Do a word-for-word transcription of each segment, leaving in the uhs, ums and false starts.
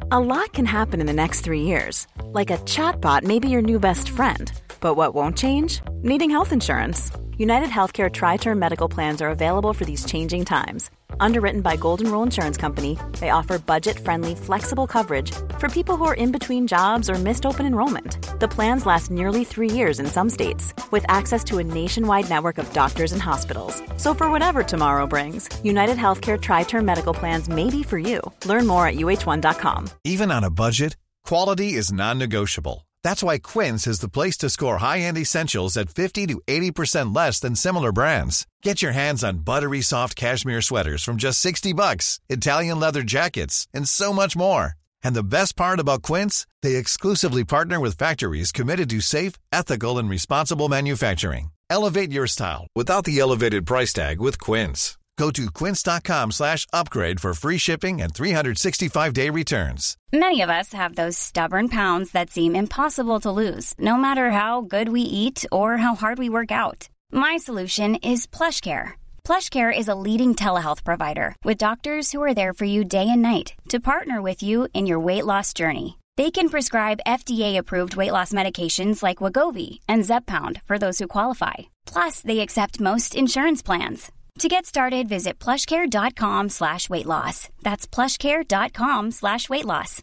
A lot can happen in the next three years. Like a chatbot may be your new best friend. But what won't change? Needing health insurance. United Healthcare Tri-Term Medical Plans are available for these changing times. Underwritten by Golden Rule Insurance Company, they offer budget-friendly, flexible coverage for people who are in between jobs or missed open enrollment. The plans last nearly three years in some states, with access to a nationwide network of doctors and hospitals. So for whatever tomorrow brings, United Healthcare Tri-Term Medical Plans may be for you. Learn more at U H one dot com. Even on a budget, quality is non-negotiable. That's why Quince is the place to score high-end essentials at fifty to eighty percent less than similar brands. Get your hands on buttery soft cashmere sweaters from just sixty bucks, Italian leather jackets, and so much more. And the best part about Quince, they exclusively partner with factories committed to safe, ethical, and responsible manufacturing. Elevate your style without the elevated price tag with Quince. Go to quince.com slash upgrade for free shipping and three sixty-five day returns. Many of us have those stubborn pounds that seem impossible to lose, no matter how good we eat or how hard we work out. My solution is PlushCare. PlushCare is a leading telehealth provider with doctors who are there for you day and night to partner with you in your weight loss journey. They can prescribe F D A-approved weight loss medications like Wegovy and Zepbound for those who qualify. Plus, they accept most insurance plans. To get started, visit plushcare.com slash weight loss. That's plushcare.com slash weight loss.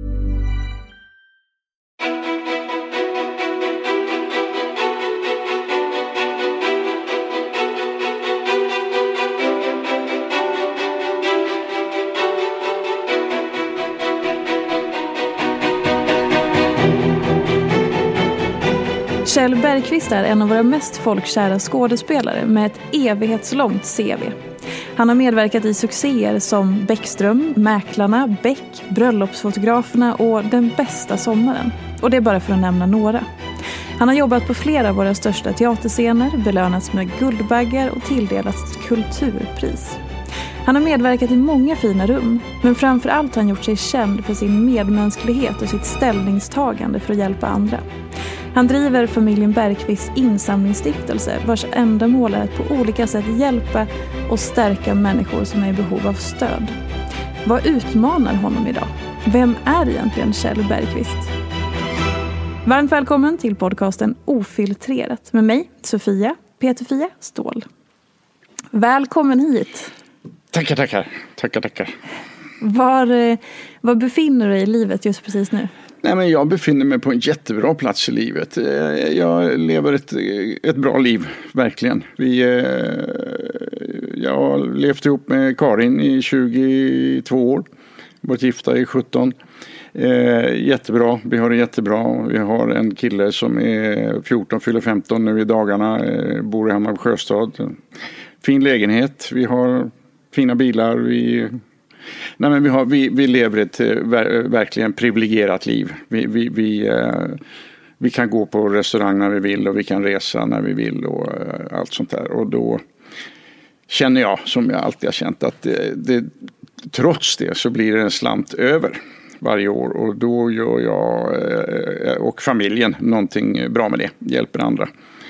Kjell Bergqvist är en av våra mest folkkära skådespelare med ett evighetslångt C V. Han har medverkat i succéer som Bäckström, Mäklarna, Beck, Bröllopsfotograferna och Den bästa sommaren. Och det är bara för att nämna några. Han har jobbat på flera av våra största teaterscener, belönats med Guldbaggar och tilldelats kulturpris. Han har medverkat i många fina rum, men framförallt har han gjort sig känd för sin medmänsklighet och sitt ställningstagande för att hjälpa andra. Han driver familjen Bergqvists insamlingsstiftelse, vars ändamål är att på olika sätt hjälpa och stärka människor som är i behov av stöd. Vad utmanar honom idag? Vem är egentligen Kjell Bergqvist? Varmt välkommen till podcasten Ofiltrerat med mig, Sofia Peterfia Ståhl. Välkommen hit. Tackar, tackar. Tackar, tackar. Var, var befinner du dig i livet just precis nu? Nej, men jag befinner mig på en jättebra plats i livet. Jag lever ett, ett bra liv, verkligen. Vi, jag har levt ihop med Karin i tjugotvå år. Varit gifta i sjutton. Jättebra, vi har det jättebra. Vi har en kille som är fjorton, fyller femton nu i dagarna. Bor hemma i Sjöstad. Fin lägenhet, vi har fina bilar, vi... Nej, men vi, har, vi, vi lever ett ver, verkligen privilegierat liv. Vi, vi, vi, eh, vi kan gå på restaurang när vi vill och vi kan resa när vi vill och eh, allt sånt där. Och då känner jag, som jag alltid har känt, att det, det, trots det så blir det en slant över varje år. Och då gör jag eh, och familjen någonting bra med det, hjälper andra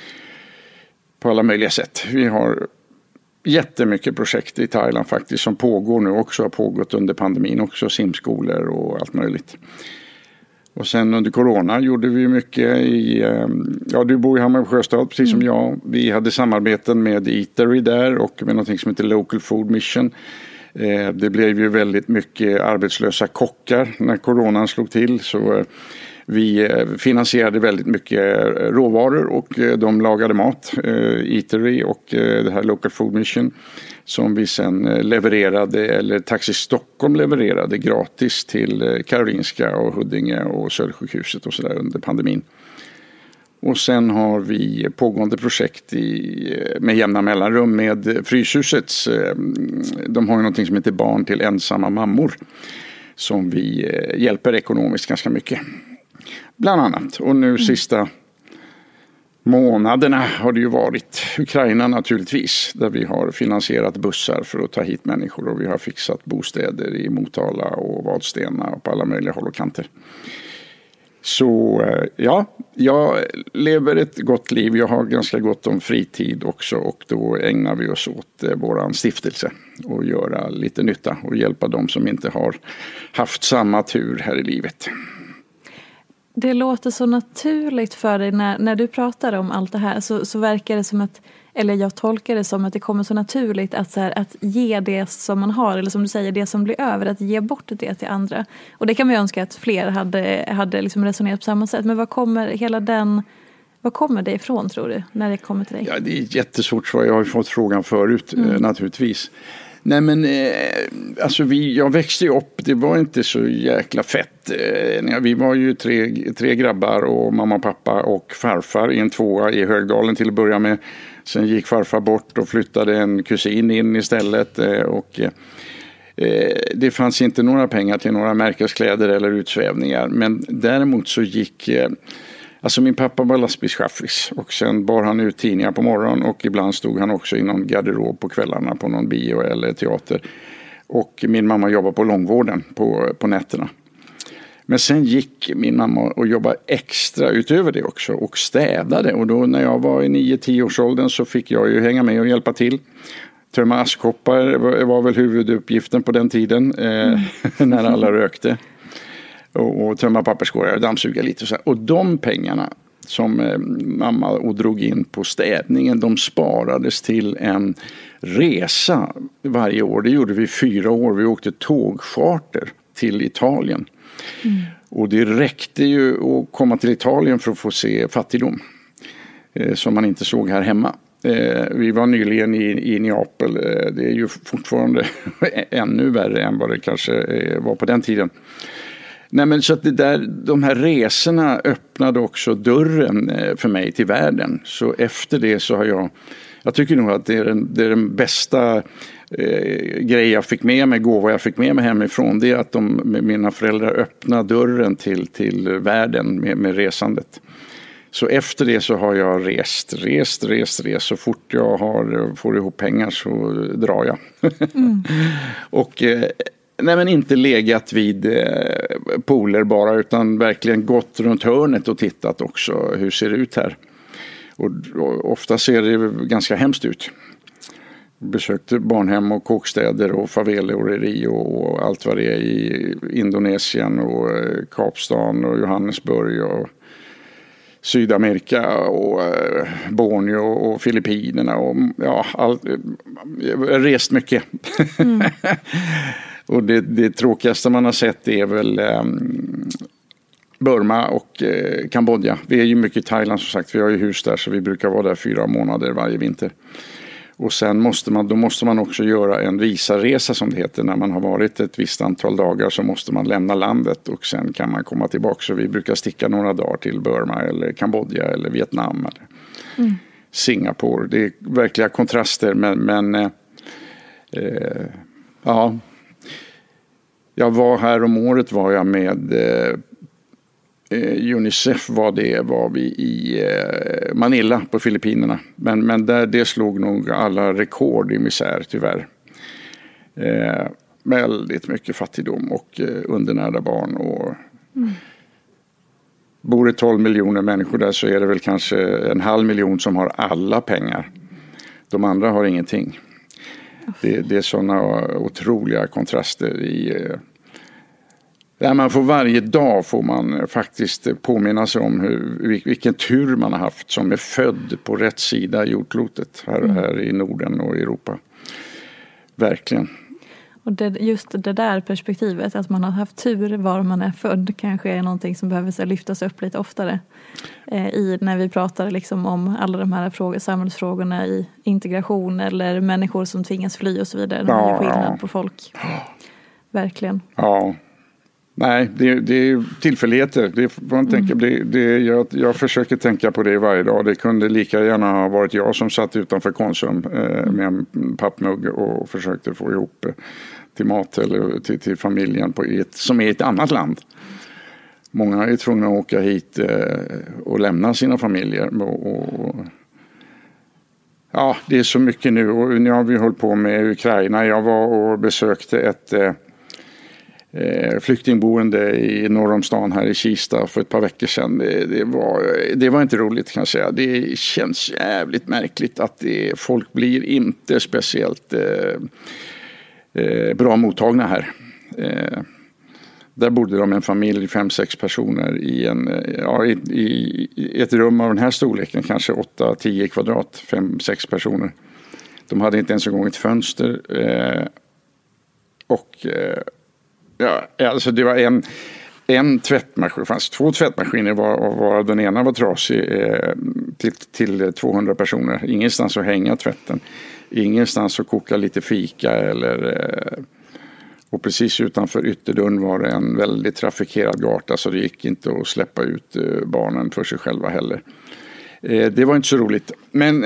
på alla möjliga sätt. Vi har jättemycket projekt i Thailand faktiskt som pågår nu också, har pågått under pandemin också, simskolor och allt möjligt. Och sen under corona gjorde vi mycket i, ja, du bor i Hammar Sjöstad precis mm. som jag. Vi hade samarbeten med Eatery där och med något som heter Local Food Mission. Det blev ju väldigt mycket arbetslösa kockar när coronan slog till, så vi finansierade väldigt mycket råvaror och de lagade mat, Eatery och det här Local Food Mission, som vi sen levererade, eller Taxi Stockholm levererade gratis till Karolinska och Huddinge och Södersjukhuset och sådär under pandemin. Och sen har vi pågående projekt i, med jämna mellanrum med Fryshusets. De har ju någonting som heter Barn till ensamma mammor som vi hjälper ekonomiskt ganska mycket. Bland annat. Och nu sista månaderna har det ju varit Ukraina naturligtvis. Där vi har finansierat bussar för att ta hit människor. Och vi har fixat bostäder i Motala och Vadstena och på alla möjliga håll och kanter. Så ja, jag lever ett gott liv. Jag har ganska gott om fritid också och då ägnar vi oss åt våran stiftelse och göra lite nytta och hjälpa dem som inte har haft samma tur här i livet. Det låter så naturligt för dig när, när du pratar om allt det här så, så verkar det som att, eller jag tolkar det som att det kommer så naturligt att, så här, att ge det som man har, eller som du säger, det som blir över, att ge bort det till andra. Och det kan man ju önska att fler hade, hade liksom resonerat på samma sätt. Men vad kommer hela den, vad kommer det ifrån tror du, när det kommer till dig? Ja, det är ett jättesvårt svar. Jag har ju fått frågan förut, mm. eh, naturligtvis. Nej men, eh, alltså vi, jag växte ju upp, det var inte så jäkla fett. Eh, vi var ju tre, tre grabbar och mamma, pappa och farfar i en tvåa i Högdalen till att börja med. Sen gick farfar bort och flyttade en kusin in istället eh, och eh, det fanns inte några pengar till några märkeskläder eller utsvävningar. Men däremot så gick... Eh, Alltså min pappa var lastbilschaffis och sen bar han ut tidningar på morgonen och ibland stod han också i någon garderob på kvällarna på någon bio eller teater. Och min mamma jobbade på långvården på, på nätterna. Men sen gick min mamma och jobbade extra utöver det också och städade. Och då när jag var i nio tio års åldern så fick jag ju hänga med och hjälpa till. Tömma askkoppar var, var väl huvuduppgiften på den tiden eh, mm. när alla rökte. Och, och tömma papperskorgar och dammsuga lite. Och, så. Och de pengarna som eh, mamma och drog in på städningen, de sparades till en resa varje år. Det gjorde vi fyra år. Vi åkte tågcharter till Italien. Mm. Och det räckte ju att komma till Italien för att få se fattigdom. Eh, som man inte såg här hemma. Eh, vi var nyligen i, i Neapel. Eh, det är ju fortfarande ännu värre än vad det kanske eh, var på den tiden. Nej, men så att det där, de här resorna öppnade också dörren för mig till världen. Så efter det så har jag, jag tycker nog att det är den, det är den bästa eh, grej jag fick med mig, gåva jag fick med mig hemifrån. Det är att de, mina föräldrar öppnade dörren till, till världen med, med resandet. Så efter det så har jag rest, rest, rest, rest. Så fort jag har, får ihop pengar så drar jag. Mm. och... Eh, Nej, men inte legat vid eh, pooler bara utan verkligen gått runt hörnet och tittat också hur ser det ut här. Och, och ofta ser det ganska hemskt ut. Besökte barnhem och kåkstäder och favelor i Rio och allt vad det är i Indonesien och eh, Kapstaden och Johannesburg och Sydamerika och eh, Borneo och Filippinerna och ja, all, jag har rest mycket. Mm. Och det, det tråkigaste man har sett är väl eh, Burma och eh, Kambodja. Vi är ju mycket i Thailand som sagt. Vi har ju hus där så vi brukar vara där fyra månader varje vinter. Och sen måste man, då måste man också göra en visaresa som det heter. När man har varit ett visst antal dagar så måste man lämna landet och sen kan man komma tillbaka. Så vi brukar sticka några dagar till Burma eller Kambodja eller Vietnam eller mm. Singapore. Det är verkliga kontraster men, men eh, eh, ja... Jag var här om året var jag med eh, Unicef var det var vi i eh, Manila på Filippinerna. Men, men där det slog nog alla rekord i misär tyvärr. Eh, väldigt mycket fattigdom och eh, undernärda barn. Och mm. Bor det tolv miljoner människor där så är det väl kanske en halv miljon som har alla pengar. De andra har ingenting. Det, det är sådana otroliga kontraster i... Där man får varje dag får man faktiskt påminna sig om hur, vilken tur man har haft som är född på rätt sida jordklotet här, här i Norden och Europa. Verkligen. Och det, just det där perspektivet, att man har haft tur var man är född, kanske är någonting som behöver så lyftas upp lite oftare. Eh, i, när vi pratar liksom om alla de här frågor, samhällsfrågorna i integration eller människor som tvingas fly och så vidare. Ja, det är skillnad ja. på folk. Verkligen. Ja. Nej, det, det är tillfälligheter. Det, man tänker, mm. det, det, jag, jag försöker tänka på det varje dag. Det kunde lika gärna ha varit jag som satt utanför Konsum eh, med en pappmugg och försökte få ihop eh, till mat eller till, till familjen på ett, som är ett annat land. Många är tvungna att åka hit eh, och lämna sina familjer. Och, och, ja, det är så mycket nu. Och nu har vi hållit på med Ukraina. Jag var och besökte ett... Eh, eh, flyktingboende i norr om stan här i Kista för ett par veckor sedan. Det, det, var, det var inte roligt kan jag säga. Det känns jävligt märkligt att det, folk blir inte speciellt eh, eh, bra mottagna här. Eh, Där bodde de en familj, fem, sex personer i, en, ja, i, i ett rum av den här storleken, kanske åtta, tio kvadrat, fem, sex personer. De hade inte ens en gång ett fönster. Eh, och eh, ja, alltså det var en, en tvättmaskin, det fanns två tvättmaskiner var, var den ena var trasig eh, till, till tvåhundra personer. Ingenstans att hänga tvätten, ingenstans att koka lite fika eller... Eh, Och precis utanför ytterdörren var det en väldigt trafikerad gata så det gick inte att släppa ut barnen för sig själva heller. Det var inte så roligt. Men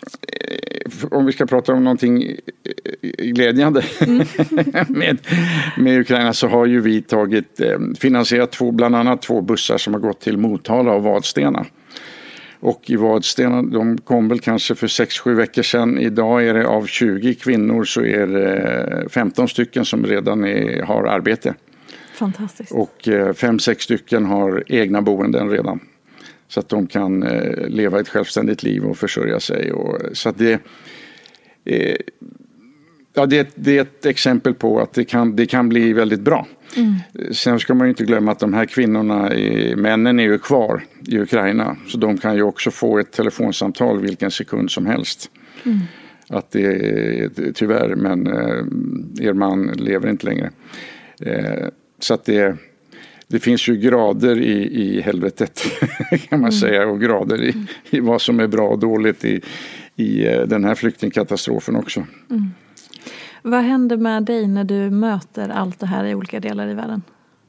om vi ska prata om någonting glädjande mm. med, med Ukraina så har ju vi tagit, finansierat två, bland annat två bussar som har gått till Motala och Vadstena. Och i Vadstena, de kom väl kanske för sex sju veckor sedan. Idag är det av tjugo kvinnor så är det femton stycken som redan är, har arbete. Fantastiskt. Och fem sex stycken har egna boenden redan. Så att de kan eh, leva ett självständigt liv och försörja sig. Och, så att det, eh, ja, det, det är ett exempel på att det kan, det kan bli väldigt bra. Mm. Sen ska man ju inte glömma att de här kvinnorna, männen är ju kvar i Ukraina. Så de kan ju också få ett telefonsamtal vilken sekund som helst. Mm. Att det är tyvärr, men eh, er man lever inte längre. Eh, så att det, det finns ju grader i, i helvetet kan man mm. säga. Och grader i, i vad som är bra och dåligt i, i den här flyktingkatastrofen också. Mm. Vad händer med dig när du möter allt det här i olika delar i världen?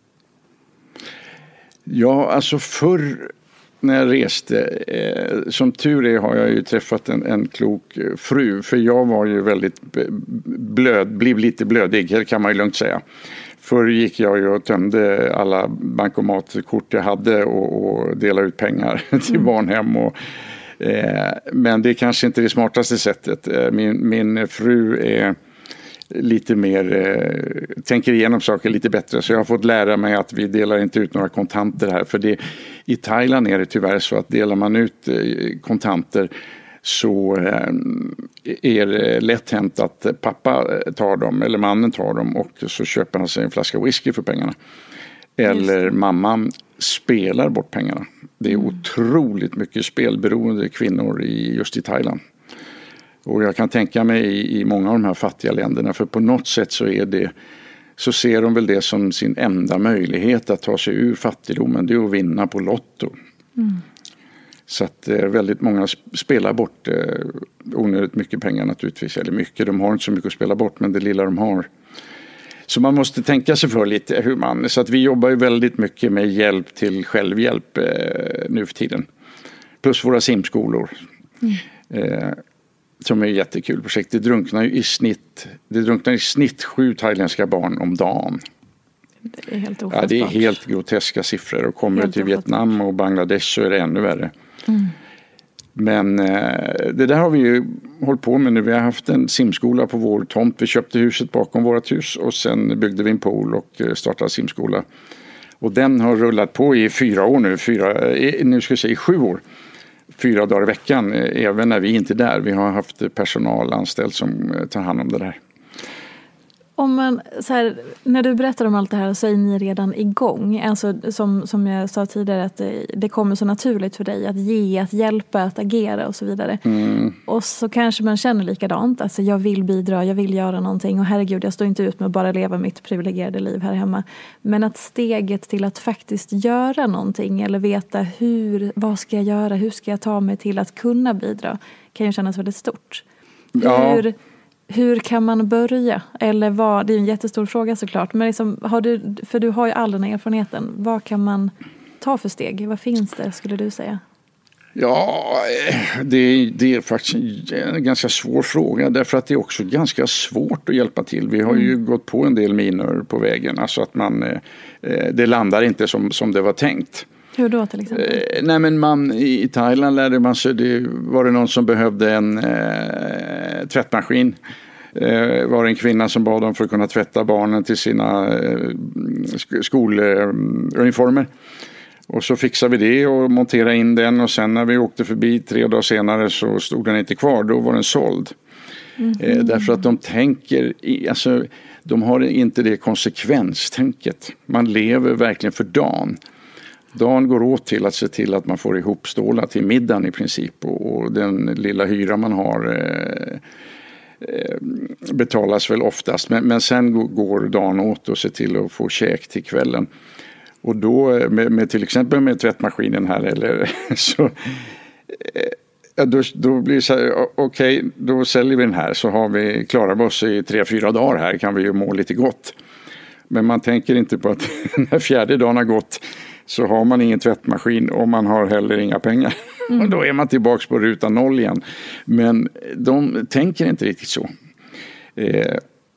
Ja, alltså förr när jag reste, eh, som tur är har jag ju träffat en, en klok fru. För jag var ju väldigt blöd, blev lite blödig kan man ju lugnt säga. Förr gick jag ju och tömde alla bankomatkort jag hade och, och delade ut pengar till mm. barnhem. Och, eh, men det är kanske inte det smartaste sättet. Min, min fru är... lite mer, eh, tänker igenom saker lite bättre. Så jag har fått lära mig att vi delar inte ut några kontanter här. För det, i Thailand är det tyvärr så att delar man ut eh, kontanter så eh, är det lätt hänt att pappa tar dem eller mannen tar dem och så köper han sig en flaska whisky för pengarna. Eller mamman spelar bort pengarna. Det är mm. otroligt mycket spelberoende kvinnor i, just i Thailand. Och jag kan tänka mig i, i många av de här fattiga länderna, för på något sätt så är det, så ser de väl det som sin enda möjlighet att ta sig ur fattigdomen, det är att vinna på lotto. Mm. Så att eh, väldigt många spelar bort eh, onödigt mycket pengar naturligtvis, eller mycket, de har inte så mycket att spela bort, men det lilla de har. Så man måste tänka sig för lite hur man, så att vi jobbar ju väldigt mycket med hjälp till självhjälp eh, nu för tiden. Plus våra simskolor. Mm. Eh, Som är ett jättekul projekt. Det drunknar ju i snitt, det drunknar i snitt sju thailändska barn om dagen. Det är helt ofattbart. Ja, det är helt groteska siffror. Och kommer helt till Vietnam och Bangladesh så är det ännu värre. Mm. Men eh, det där har vi ju hållit på med nu. Vi har haft en simskola på vår tomt. Vi köpte huset bakom vårt hus och sen byggde vi en pool och startade simskola. Och den har rullat på i fyra år nu. Fyra, nu ska jag säga sju år. Fyra dagar i veckan, även när vi inte är där. Vi har haft personal anställd som tar hand om det där. Om man, så här, när du berättar om allt det här så är ni redan igång. Alltså, som, som jag sa tidigare, att det, det kommer så naturligt för dig att ge, att hjälpa, att agera och så vidare. Mm. Och så kanske man känner likadant. Alltså, jag vill bidra, jag vill göra någonting. Och herregud, jag står inte ut med att bara leva mitt privilegierade liv här hemma. Men att steget till att faktiskt göra någonting eller veta hur, vad ska jag göra, hur ska jag ta mig till att kunna bidra kan ju kännas väldigt stort. Ja. Hur... Hur kan man börja? Eller vad, det är en jättestor fråga såklart. Men liksom, har du, för du har ju all den här erfarenheten. Vad kan man ta för steg? Vad finns det, skulle du säga? Ja, det, det är faktiskt en ganska svår fråga. Därför att det är också ganska svårt att hjälpa till. Vi har ju mm. gått på en del minor på vägen. Alltså att man, det landar inte som, som det var tänkt. Hur då till exempel? Eh, nej men man, i Thailand lärde man sig, det var det någon som behövde en eh, tvättmaskin eh, var det en kvinna som bad dem för att kunna tvätta barnen till sina eh, skoluniformer. Och så fixade vi det och monterade in den, och sen när vi åkte förbi tre dagar senare så stod den inte kvar, då var den såld. Mm. Eh, därför att de tänker, i, alltså de har inte det konsekvenstänket. Man lever verkligen för dagen. Dagen går åt till att se till att man får ihop stålar till middagen i princip, och, och den lilla hyra man har eh, eh, betalas väl oftast. Men, men sen går dagen åt och se till att få käk till kvällen. Och då med, med till exempel med tvättmaskinen här eller så eh, då, då blir det så här, okej, okay, då säljer vi den här, så har vi klarat oss i tre, fyra dagar här, kan vi ju må lite gott. Men man tänker inte på att när fjärde dagen har gått så har man ingen tvättmaskin och man har heller inga pengar. Mm. Och då är man tillbaka på ruta noll igen. Men de tänker inte riktigt så. Eh,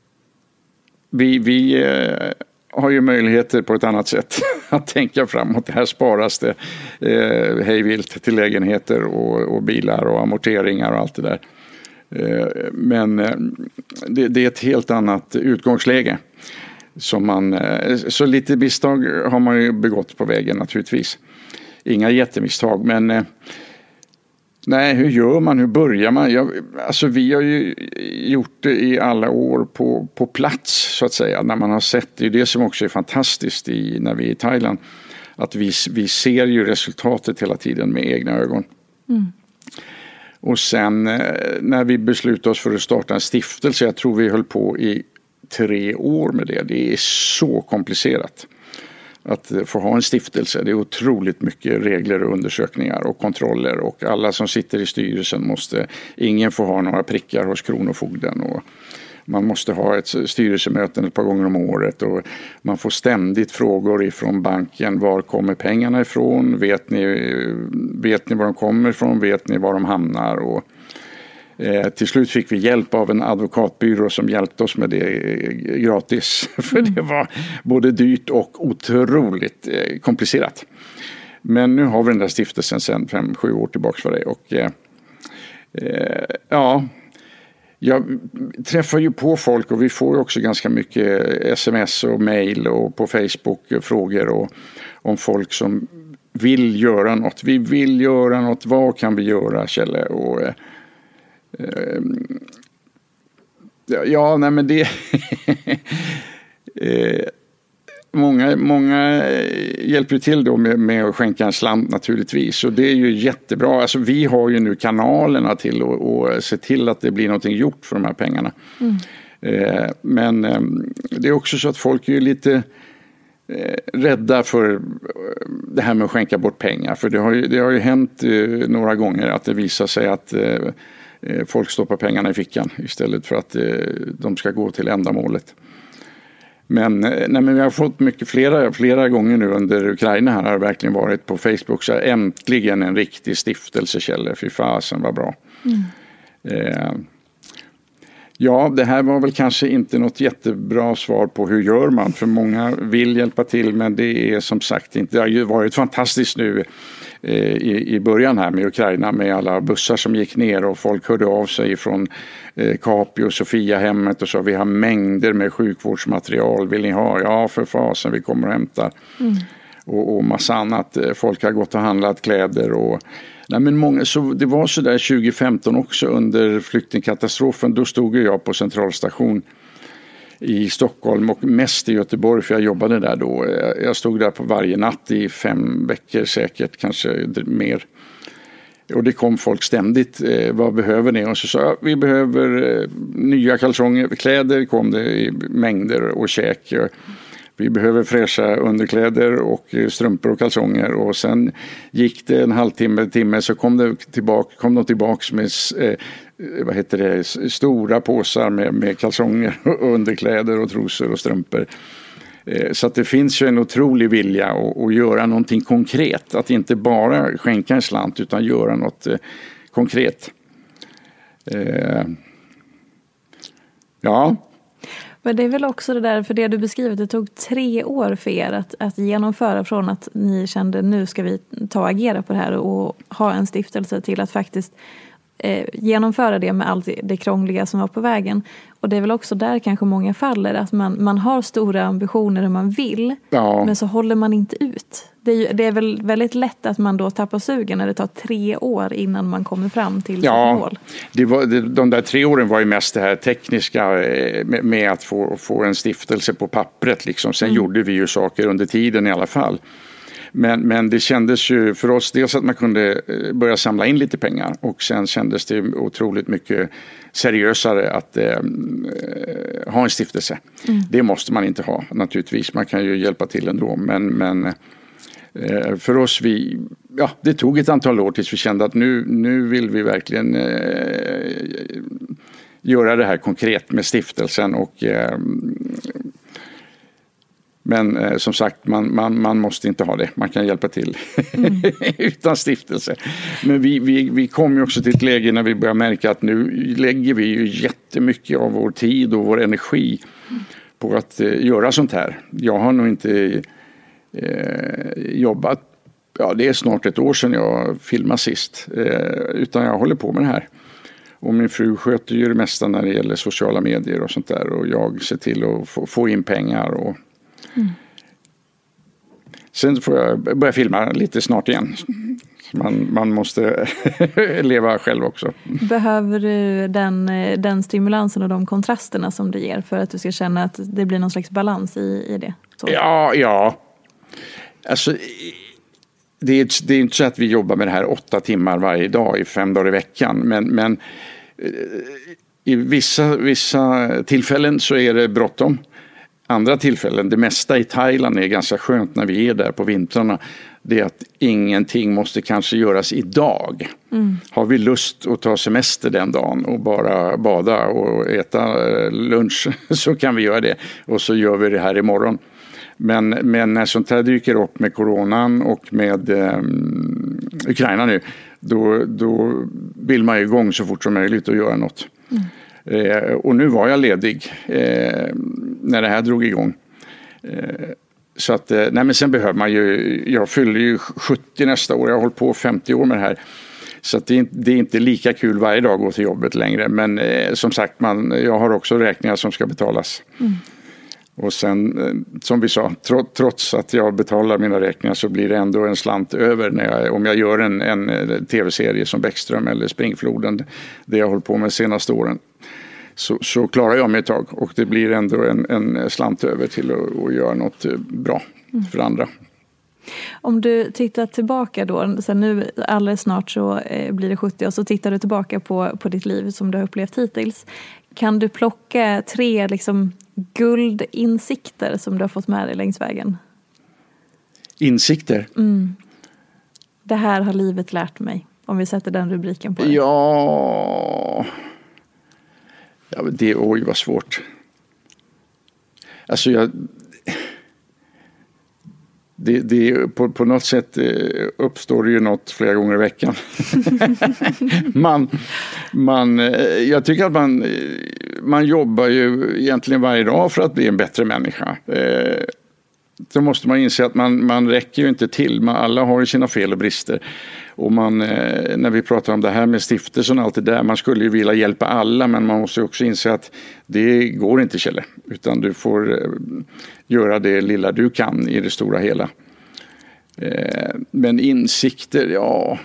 vi vi eh, har ju möjligheter på ett annat sätt att tänka framåt. Här sparas det eh, hejvilt till lägenheter och, och bilar och amorteringar och allt det där. Eh, men eh, det, det är ett helt annat utgångsläge. Som man, så lite misstag har man ju begått på vägen naturligtvis. Inga jättemisstag, men nej, hur gör man, hur börjar man? Jag, alltså vi har ju gjort det i alla år på, på plats så att säga. När man har sett, det är det som också är fantastiskt i, när vi är i Thailand. Att vi, vi ser ju resultatet hela tiden med egna ögon. Mm. Och sen när vi beslutade oss för att starta en stiftelse, jag tror vi höll på i tre år med det. Det är så komplicerat att få ha en stiftelse. Det är otroligt mycket regler och undersökningar och kontroller, och alla som sitter i styrelsen måste, ingen får ha några prickar hos kronofogden, och man måste ha ett styrelsemöte ett par gånger om året, och man får ständigt frågor ifrån banken. Var kommer pengarna ifrån? Vet ni, vet ni var de kommer ifrån? Vet ni var de hamnar? Och Eh, till slut fick vi hjälp av en advokatbyrå som hjälpte oss med det eh, gratis. För det var både dyrt och otroligt eh, komplicerat. Men nu har vi den där stiftelsen sedan fem, sju år tillbaka för det. Och eh, eh, ja, jag träffar ju på folk, och vi får ju också ganska mycket sms och mejl och på Facebook frågor och, om folk som vill göra något. Vi vill göra något, vad kan vi göra, Kjelle? Och eh, ja, nej men det många, många hjälper till då med, med att skänka en slant naturligtvis, och det är ju jättebra. Alltså vi har ju nu kanalerna till att och se till att det blir någonting gjort för de här pengarna. Mm. Men det är också så att folk är lite rädda för det här med att skänka bort pengar, för det har ju, det har ju hänt några gånger att det visar sig att folk stoppar pengarna i fickan istället för att de ska gå till ändamålet. Men, nej, men vi har fått mycket flera, flera gånger nu under Ukraina här, har det verkligen varit på Facebook, så äntligen en riktig stiftelsekälla. Fy fasen, vad bra. Mm. Eh, ja, det här var väl kanske inte något jättebra svar på hur gör man, för många vill hjälpa till, men det är som sagt inte, det har ju varit fantastiskt nu I, i början här med Ukraina, med alla bussar som gick ner och folk hörde av sig från eh, Capio och Sofia hemmet och så. Vi har mängder med sjukvårdsmaterial, vill ni ha? Ja, för fasen, vi kommer och hämtar. Mm. Och, och massa annat. Folk har gått och handlat kläder och nej, men många, så det var så där tjugo femton också under flyktingkatastrofen. Då stod jag på centralstation i Stockholm och mest i Göteborg, för jag jobbade där då. Jag stod där på varje natt i fem veckor säkert, kanske mer. Och det kom folk ständigt, eh, vad behöver ni? Och så sa jag, vi behöver eh, nya kalsonger, kläder kom det i mängder och käk. Vi behöver fräscha underkläder och strumpor och kalsonger. Och sen gick det en halvtimme, timme, så kom, det tillbaka, kom de tillbaka med eh, vad heter det, stora påsar med, med kalsonger och underkläder och trosor och strumpor. Eh, så att det finns ju en otrolig vilja att, att göra någonting konkret. Att inte bara skänka en slant utan göra något eh, konkret. Eh, ja. Men det är väl också det där, för det du beskriver, det tog tre år för er att, att genomföra från att ni kände nu ska vi ta och agera på det här och ha en stiftelse till att faktiskt eh, genomföra det med allt det krångliga som var på vägen. Och det är väl också där kanske många faller, att man, man har stora ambitioner hur man vill, ja. Men så håller man inte ut. Det är, ju, det är väl väldigt lätt att man då tappar sugen när det tar tre år innan man kommer fram till ja, sitt mål. Det var, det, de där tre åren var ju mest det här tekniska med, med att få, få en stiftelse på pappret. Liksom. Sen mm. gjorde vi ju saker under tiden i alla fall. Men, men det kändes ju för oss dels att man kunde börja samla in lite pengar, och sen kändes det otroligt mycket seriösare att eh, ha en stiftelse. Mm. Det måste man inte ha naturligtvis, man kan ju hjälpa till ändå, men, men eh, för oss, vi, ja, det tog ett antal år tills vi kände att nu, nu vill vi verkligen eh, göra det här konkret med stiftelsen. Och eh, Men eh, som sagt, man, man, man måste inte ha det. Man kan hjälpa till mm. utan stiftelse. Men vi, vi, vi kom ju också till ett läge när vi började märka att nu lägger vi ju jättemycket av vår tid och vår energi mm. på att eh, göra sånt här. Jag har nog inte eh, jobbat, ja det är snart ett år sedan jag filmade sist, eh, utan jag håller på med det här. Och min fru sköter ju det mesta när det gäller sociala medier och sånt där, och jag ser till att få, få in pengar och Mm. Sen får jag börja filma lite snart igen. Man, man måste leva själv också. Behöver du den, den stimulansen och de kontrasterna som det ger för att du ska känna att det blir någon slags balans i, i det? Så. Ja, ja. Alltså, det är, det är inte så att vi jobbar med det här åtta timmar varje dag i fem dagar i veckan. Men, men i vissa, vissa tillfällen så är det bråttom. Andra tillfällen, det mesta i Thailand är ganska skönt när vi är där på vintrarna. Det är att ingenting måste kanske göras idag. Mm. Har vi lust att ta semester den dagen och bara bada och äta lunch så kan vi göra det. Och så gör vi det här imorgon. Men, men när sånt här dyker upp med coronan och med um, Ukraina nu, då, då vill man ju igång så fort som möjligt och göra något. Mm. Eh, och nu var jag ledig eh, när det här drog igång. Eh, så att, eh, nej men sen behöver man ju, jag fyller ju sjuttio nästa år, jag har hållit på femtio år med det här. Så att det, är, det är inte lika kul varje dag att gå till jobbet längre. Men eh, som sagt, man, jag har också räkningar som ska betalas. Mm. Och sen, eh, som vi sa, trots, trots att jag betalar mina räkningar så blir det ändå en slant över när jag, om jag gör en, en tv-serie som Bäckström eller Springfloden, det jag har hållit på med de senaste åren. Så, så klarar jag mig ett tag, och det blir ändå en, en slant över till att, att göra något bra för andra. Om du tittar tillbaka då, så nu alldeles snart så blir det sjuttio, och så tittar du tillbaka på, på ditt liv som du har upplevt hittills. Kan du plocka tre liksom guldinsikter som du har fått med dig längs vägen? Insikter? Mm. Det här har livet lärt mig, om vi sätter den rubriken på det. Ja... Ja, det, oj vad svårt. Alltså jag... Det, det, på, på något sätt uppstår det ju något flera gånger i veckan. man, man, jag tycker att man, man jobbar ju egentligen varje dag för att bli en bättre människa. Då måste man inse att man, man räcker ju inte till. Man, alla har ju sina fel och brister. Och man, när vi pratar om det här med stiftelsen och allt det där, man skulle ju vilja hjälpa alla, men man måste också inse att det går inte, Kjelle, utan du får göra det lilla du kan i det stora hela. Men insikter, ja,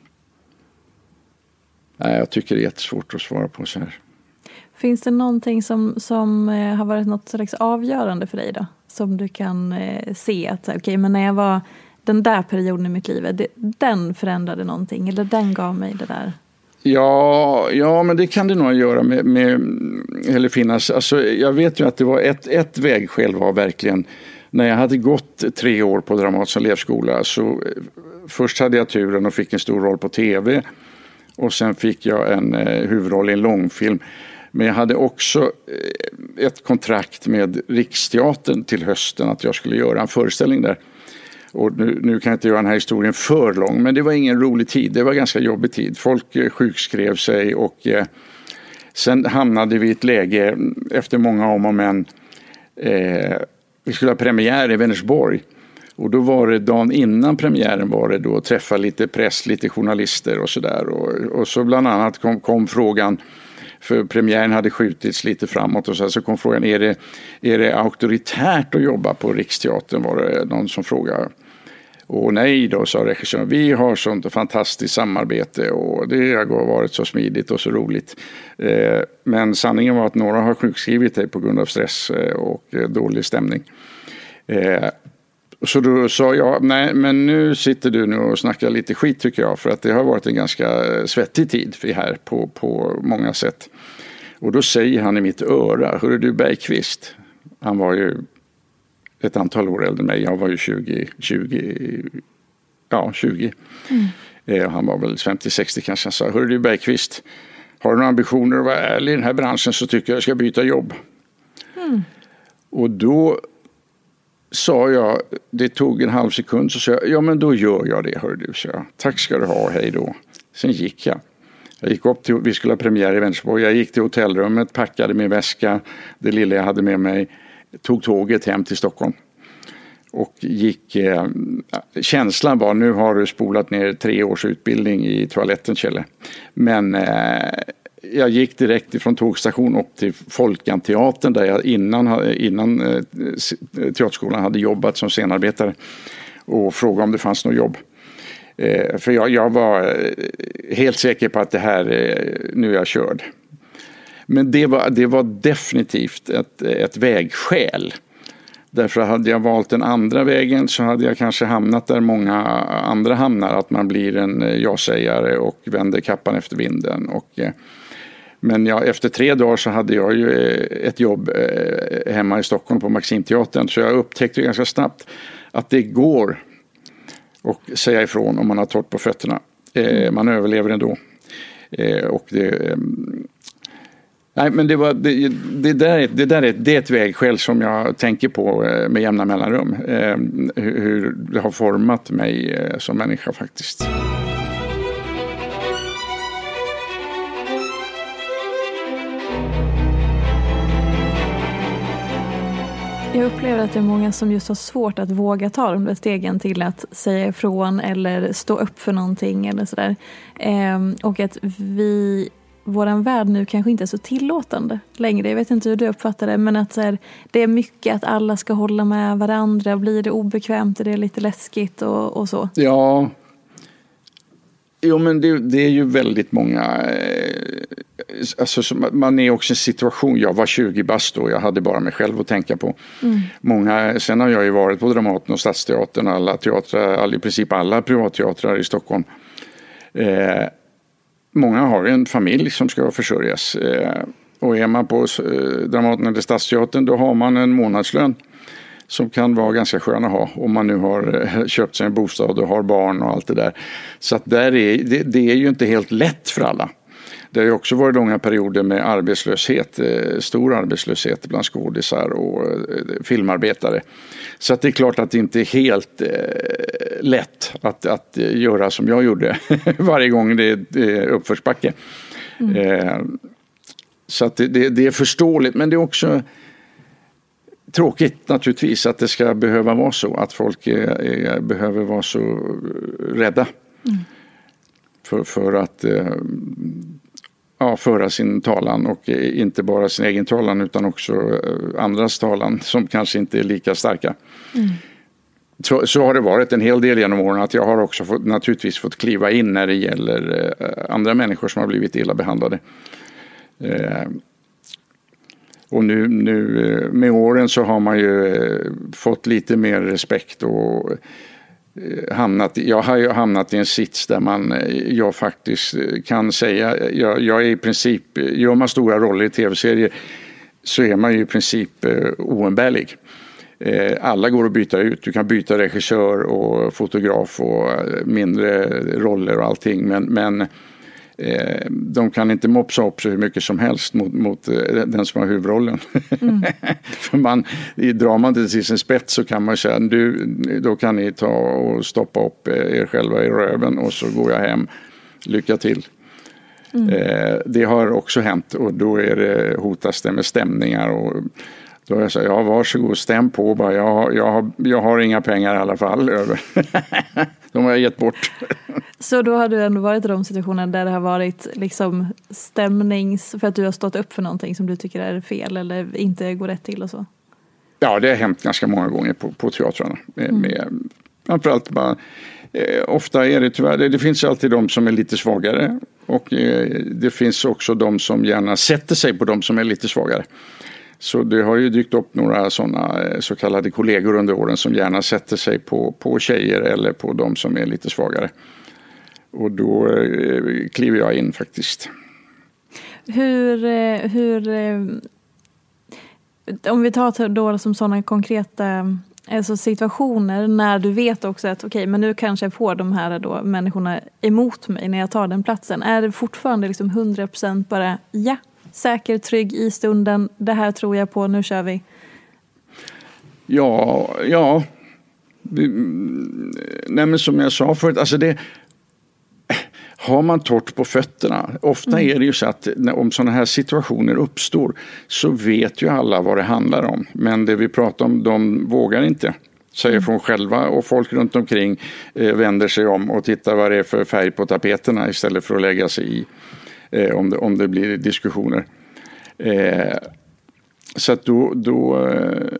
nej, jag tycker det är jättesvårt att svara på så här. Finns det någonting som, som har varit något slags avgörande för dig då? Som du kan se att, okej, okay, men när jag var den där perioden i mitt liv, det, den förändrade någonting, eller den gav mig det där? Ja, ja, men det kan det nog göra med, med eller finnas. Alltså, jag vet ju att det var ett, ett vägskäl var verkligen när jag hade gått tre år på Dramatiska elevskola, så först hade jag turen och fick en stor roll på tv, och sen fick jag en eh, huvudroll i en långfilm. Men jag hade också ett kontrakt med Riksteatern till hösten att jag skulle göra en föreställning där. Och nu, nu kan jag inte göra den här historien för lång, men det var ingen rolig tid. Det var ganska jobbig tid. Folk eh, sjukskrev sig, och eh, sen hamnade vi i ett läge efter många om och men. Eh, vi skulle ha premiär i Vänersborg. Och då var det dagen innan premiären var det då att träffa lite press, lite journalister och sådär. Och, och så bland annat kom, kom frågan, För premiären hade skjutits lite framåt och så, så kom frågan, är det, är det auktoritärt att jobba på Riksteatern? Var det någon som frågade. Och nej då, sa regissören, vi har sånt fantastiskt samarbete och det har varit så smidigt och så roligt. Eh, men sanningen var att några har sjukskrivit dig på grund av stress och dålig stämning. Eh, så då sa jag, nej men nu sitter du nu och snackar lite skit tycker jag, för att det har varit en ganska svettig tid för här på, på många sätt. Och då säger han i mitt öra, hörru du Bergqvist, han var ju ett antal år äldre än mig. Jag var ju tjugo, tjugo ja tjugo. Mm. Eh, han var väl femtio sextio kanske. Han sa, hörru du Bergqvist, har du några ambitioner att vara ärlig i den här branschen så tycker jag jag ska byta jobb. Mm. Och då sa jag, det tog en halv sekund, så sa jag, ja men då gör jag det, hörru du, så jag. Tack ska du ha, hej då. Sen gick jag. Jag gick upp till, vi skulle ha premiär i Vänersborg. Jag gick till hotellrummet, packade min väska, det lilla jag hade med mig. Tog tåget hem till Stockholm och gick, eh, känslan var, nu har du spolat ner tre års utbildning i toaletten, Kjelle. Men eh, jag gick direkt ifrån tågstation upp till Folkanteatern där jag innan, innan eh, teaterskolan hade jobbat som scenarbetare och frågade om det fanns något jobb. Eh, för jag, jag var helt säker på att det här, eh, nu är jag körd. Men det var, det var definitivt ett, ett vägskäl. Därför hade jag valt den andra vägen så hade jag kanske hamnat där många andra hamnar. Att man blir en ja-sägare och vänder kappan efter vinden. Och, men ja, efter tre dagar så hade jag ju ett jobb hemma i Stockholm på Maximteatern. Så jag upptäckte ganska snabbt att det går att säga ifrån om man har torrt på fötterna. Man överlever ändå. Och det... Nej, men det, var, det, det, där, det där är, det är ett vägskäl som jag tänker på med jämna mellanrum. Eh, hur det har format mig eh, som människa faktiskt. Jag upplever att det är många som just har svårt att våga ta de där stegen till att säga ifrån eller stå upp för någonting eller sådär. Eh, och att vi... våran värld nu kanske inte är så tillåtande längre. Jag vet inte hur du uppfattar det, men att så här, det är mycket att alla ska hålla med varandra. Blir det obekvämt och det är lite läskigt och, och så? Ja, jo men det, det är ju väldigt många... Alltså, man är också i en situation, jag var tjugo bast då, jag hade bara mig själv att tänka på. Mm. Många, sen har jag ju varit på Dramaten och Stadsteatern, alla teatrar, all, i princip alla privatteatrar i Stockholm. Eh, Många har en familj som ska försörjas. Och är man på Dramaten eller Stadsteatern då har man en månadslön som kan vara ganska skön att ha om man nu har köpt sig en bostad och har barn och allt det där. Så att där är, det, det är ju inte helt lätt för alla. Det har ju också varit långa perioder med arbetslöshet, stor arbetslöshet bland skådisar och filmarbetare. Så att det är klart att det inte är helt eh, lätt att, att göra som jag gjorde varje gång det är uppförsbacke. Mm. Eh, så att det, det, det är förståeligt, men det är också tråkigt naturligtvis att det ska behöva vara så, att folk är, är, behöver vara så rädda mm. för, för att eh, ja, föra sin talan, och inte bara sin egen talan utan också andras talan som kanske inte är lika starka. Mm. Så, så har det varit en hel del genom åren, att jag har också fått, naturligtvis fått kliva in när det gäller eh, andra människor som har blivit illa behandlade. Eh, och nu, nu med åren så har man ju eh, fått lite mer respekt och hamnat, jag har ju hamnat i en sits där man, jag faktiskt kan säga, jag, jag är i princip, gör man stora roller i tv-serier så är man ju i princip eh, oumbärlig. Eh, alla går att byta ut, du kan byta regissör och fotograf och mindre roller och allting, men, men eh, de kan inte mopsa upp så hur mycket som helst mot, mot den som har huvudrollen. Mm. För man, drar man det till sin spets så kan man säga, du, då kan ni ta och stoppa upp er själva i röven och så går jag hem, lycka till. Mm. Eh, det har också hänt, och då är det, hotas det med stämningar och Då har jag sagt, ja varsågod, stäm på bara. Jag har, jag har, jag har inga pengar i alla fall över. De har jag gett bort. Så då har du ändå varit i de situationer där det har varit liksom stämnings... För att du har stått upp för någonting som du tycker är fel eller inte går rätt till och så? Ja, det har hänt ganska många gånger på, på teatrarna. Med, mm. med, framförallt bara... Eh, ofta är det tyvärr... Det, det finns alltid de som är lite svagare. Och eh, det finns också de som gärna sätter sig på de som är lite svagare. Så det har ju dykt upp några sådana så kallade kollegor under åren som gärna sätter sig på, på tjejer eller på de som är lite svagare. Och då eh, kliver jag in faktiskt. Hur, hur om vi tar då som sådana konkreta alltså situationer när du vet också att okej, okay, men nu kanske jag får de här då människorna emot mig när jag tar den platsen. Är det fortfarande liksom hundra procent bara ja? Säker, trygg i stunden. Det här tror jag på, nu kör vi. Ja, ja. Nej, men som jag sa förut, alltså det... Har man torrt på fötterna, ofta mm. är det ju så att om sådana här situationer uppstår så vet ju alla vad det handlar om. Men det vi pratar om, de vågar inte säga mm. från själva och folk runt omkring eh, vänder sig om och tittar vad det är för färg på tapeterna istället för att lägga sig i. Eh, om, det, om det blir diskussioner. Eh, så att då, då, eh,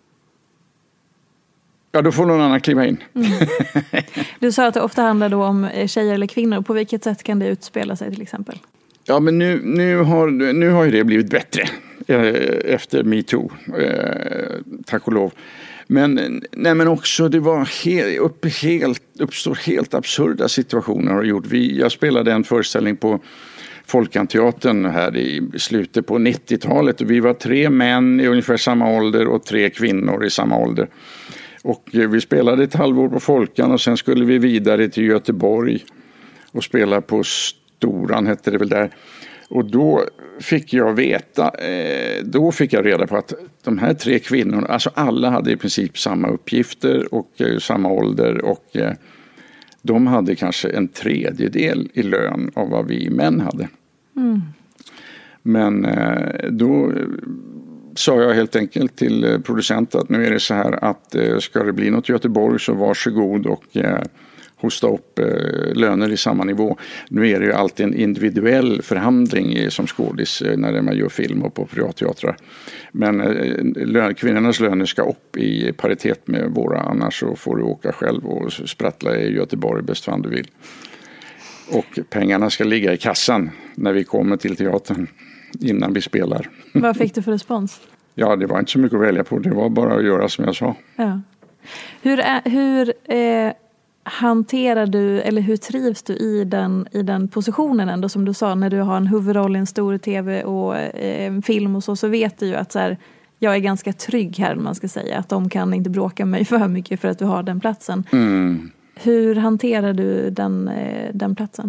ja, då får någon annan kliva in. Mm. Du sa att det ofta handlar då om tjejer eller kvinnor. På vilket sätt kan det utspela sig till exempel? Ja, men nu, nu, har, nu har ju det blivit bättre eh, efter MeToo. Eh, tack och lov. Men, nej, men också det var helt, upp, helt, uppstår helt absurda situationer har gjort. Vi, jag spelade en föreställning på Folkanteatern här i slutet på nittiotalet och vi var tre män i ungefär samma ålder och tre kvinnor i samma ålder. Och vi spelade ett halvår på Folkan och sen skulle vi vidare till Göteborg och spela på Storan hette det väl där. Och då fick jag veta, då fick jag reda på att de här tre kvinnorna, alltså alla hade i princip samma uppgifter och samma ålder och de hade kanske en tredjedel i lön av vad vi män hade. Mm. Men då sa jag helt enkelt till producenten att nu är det så här att ska det bli något i Göteborg så varsågod och hosta upp löner i samma nivå. Nu är det ju alltid en individuell förhandling som skådis när man gör film och på privatteatrar. Men lön, kvinnornas löner ska upp i paritet med våra, annars så får du åka själv och sprattla i Göteborg bäst fan du vill. Och pengarna ska ligga i kassan när vi kommer till teatern innan vi spelar. Vad fick du för respons? Ja, det var inte så mycket att välja på. Det var bara att göra som jag sa. Ja. Hur, är, hur eh, hanterar du, eller hur trivs du i den, i den positionen ändå som du sa, när du har en huvudroll i en stor tv och eh, film och så, så vet du ju att så här, jag är ganska trygg här, man ska säga. Att de kan inte bråka mig för mycket för att du har den platsen. Mm. Hur hanterar du den, eh, den platsen?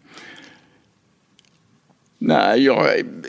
Nej, jag...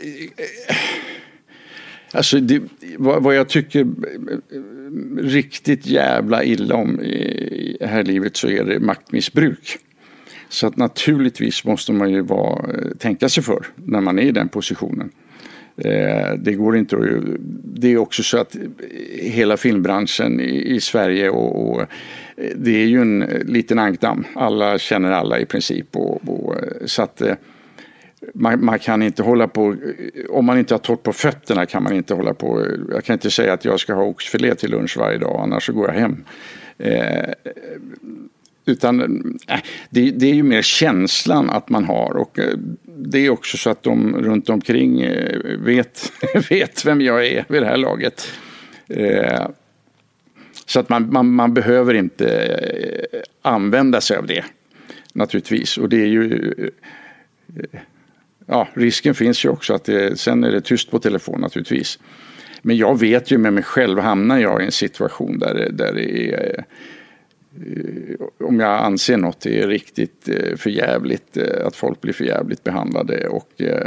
Alltså det, vad, vad jag tycker riktigt jävla illa om i det här livet så är det maktmissbruk. Så att naturligtvis måste man ju vara, tänka sig för när man är i den positionen. Eh, det går inte att, det är också så att hela filmbranschen i, i Sverige och, och det är ju en liten ankdamm. Alla känner alla i princip och, och så att Man, man kan inte hålla på, om man inte har torrt på fötterna kan man inte hålla på, jag kan inte säga att jag ska ha oxfilé till lunch varje dag annars så går jag hem. Eh, utan eh, det, det är ju mer känslan att man har och eh, det är också så att de runt omkring eh, vet, vet vem jag är vid det här laget. Eh, så att man, man, man behöver inte eh, använda sig av det naturligtvis och det är ju eh, ja, risken finns ju också att det, sen är det tyst på telefon naturligtvis. Men jag vet ju med mig själv hamnar jag i en situation där, där det är, om jag anser något är riktigt förjävligt, att folk blir förjävligt behandlade och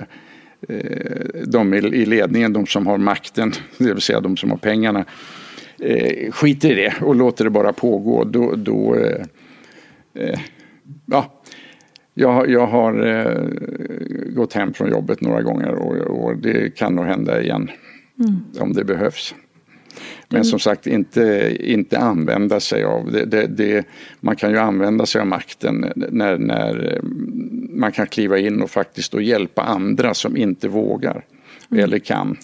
de i ledningen, de som har makten, det vill säga de som har pengarna, skiter i det och låter det bara pågå. Då, då ja... Jag, jag har eh, gått hem från jobbet några gånger och, och det kan nog hända igen mm. om det behövs. Men som sagt inte, inte använda sig av det, det, det. Man kan ju använda sig av makten när, när man kan kliva in och faktiskt då hjälpa andra som inte vågar mm. eller kan.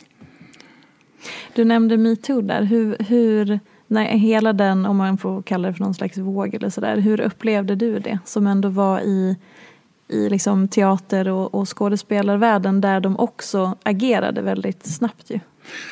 Du nämnde MeToo där. Hur, hur, när hela den, om man får kalla det för någon slags våg eller sådär, hur upplevde du det som ändå var i, i liksom teater- och, och skådespelarvärlden där de också agerade väldigt snabbt ju?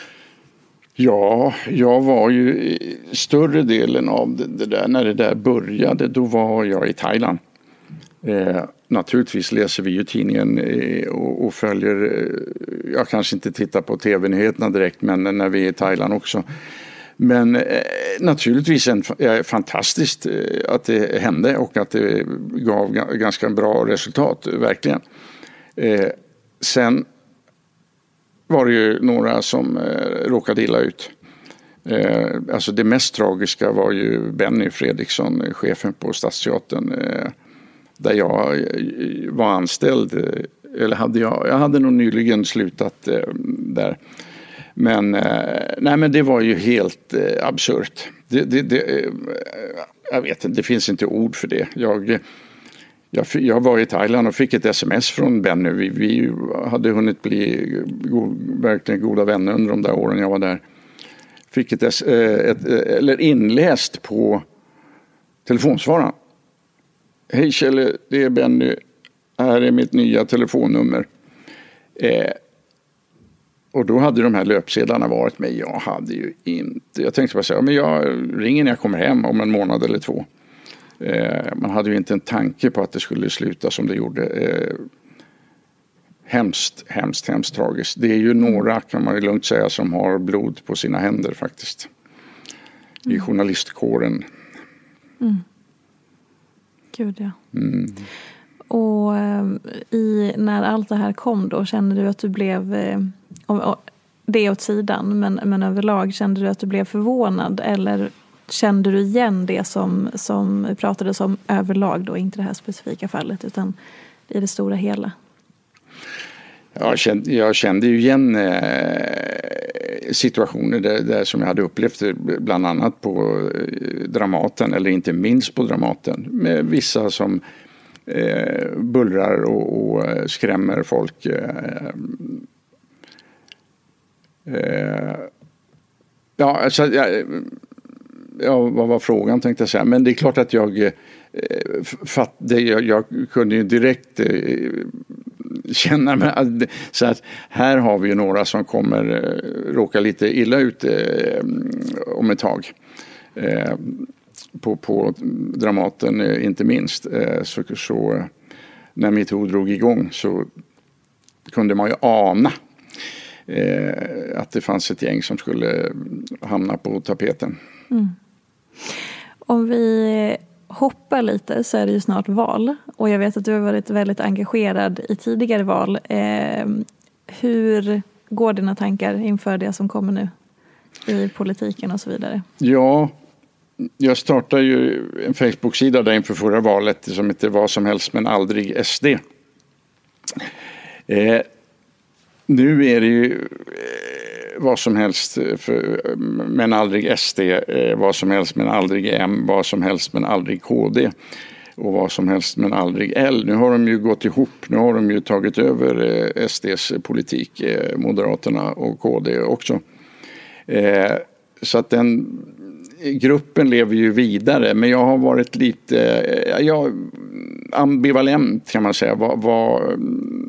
Ja, jag var ju större delen av det, det där, när det där började, då var jag i Thailand. Eh, naturligtvis läser vi ju tidningen eh, och, och följer, eh, jag kanske inte tittar på tv-nyheterna direkt, men när vi är i Thailand också. Men eh, naturligtvis en, eh, fantastiskt eh, att det hände och att det gav g- ganska bra resultat, verkligen. Eh, sen var det ju några som eh, råkade illa ut. Eh, alltså det mest tragiska var ju Benny Fredriksson, chefen på Stadsteatern, eh, där jag eh, var anställd. Eh, eller hade jag, jag hade nog nyligen slutat eh, där. Men, eh, nej, men det var ju helt eh, absurt. Det, det, det, eh, jag vet inte, det finns inte ord för det. Jag... Jag, jag var i Thailand och fick ett sms från Benny. Vi, vi hade hunnit bli go, verkligen goda vänner under de där åren jag var där. Fick ett, ett, ett eller inläst på telefonsvararen. Hej Kjelle, det är Benny. Här är mitt nya telefonnummer. Eh, och då hade de här löpsedlarna varit med. Jag hade ju inte... Jag tänkte bara säga, men jag ringer när jag kommer hem om en månad eller två. Eh, man hade ju inte en tanke på att det skulle sluta som det gjorde. Eh, hemskt, hemskt, hemskt tragiskt. Det är ju några, kan man ju lugnt säga, som har blod på sina händer faktiskt. I mm. journalistkåren. Mm. Gud ja. Mm. Och eh, i, när allt det här kom då, kände du att du blev, eh, och, och, det åt sidan, men, men överlag kände du att du blev förvånad eller kände du igen det som, som pratades om överlag då, inte det här specifika fallet utan i det stora hela? Jag kände, jag kände ju igen eh, situationer där, där som jag hade upplevt bland annat på eh, Dramaten, eller inte minst på Dramaten, med vissa som eh, bullrar och, och skrämmer folk. Eh, eh, ja, alltså... Jag, Ja, vad var frågan tänkte jag säga. Men det är klart att jag, eh, fatt, det, jag, jag kunde ju direkt eh, känna mig att, så att här har vi ju några som kommer eh, råka lite illa ut eh, om ett tag. Eh, på, på Dramaten eh, inte minst. Eh, så, så när MeToo drog igång så kunde man ju ana eh, att det fanns ett gäng som skulle hamna på tapeten. Mm. Om vi hoppar lite så är det ju snart val. Och jag vet att du har varit väldigt engagerad i tidigare val. Eh, hur går dina tankar inför det som kommer nu i politiken och så vidare? Ja, jag startade ju en Facebook-sida där inför förra valet som heter Vad som helst men aldrig S D. Eh, nu är det ju... Eh, vad som helst för, men aldrig S D, eh, vad som helst men aldrig M, vad som helst men aldrig K D och vad som helst men aldrig L. Nu har de ju gått ihop, nu har de ju tagit över eh, S D:s politik, eh, Moderaterna och K D också. Eh, så att den gruppen lever ju vidare, men jag har varit lite eh, jag, ambivalent kan man säga, vad, vad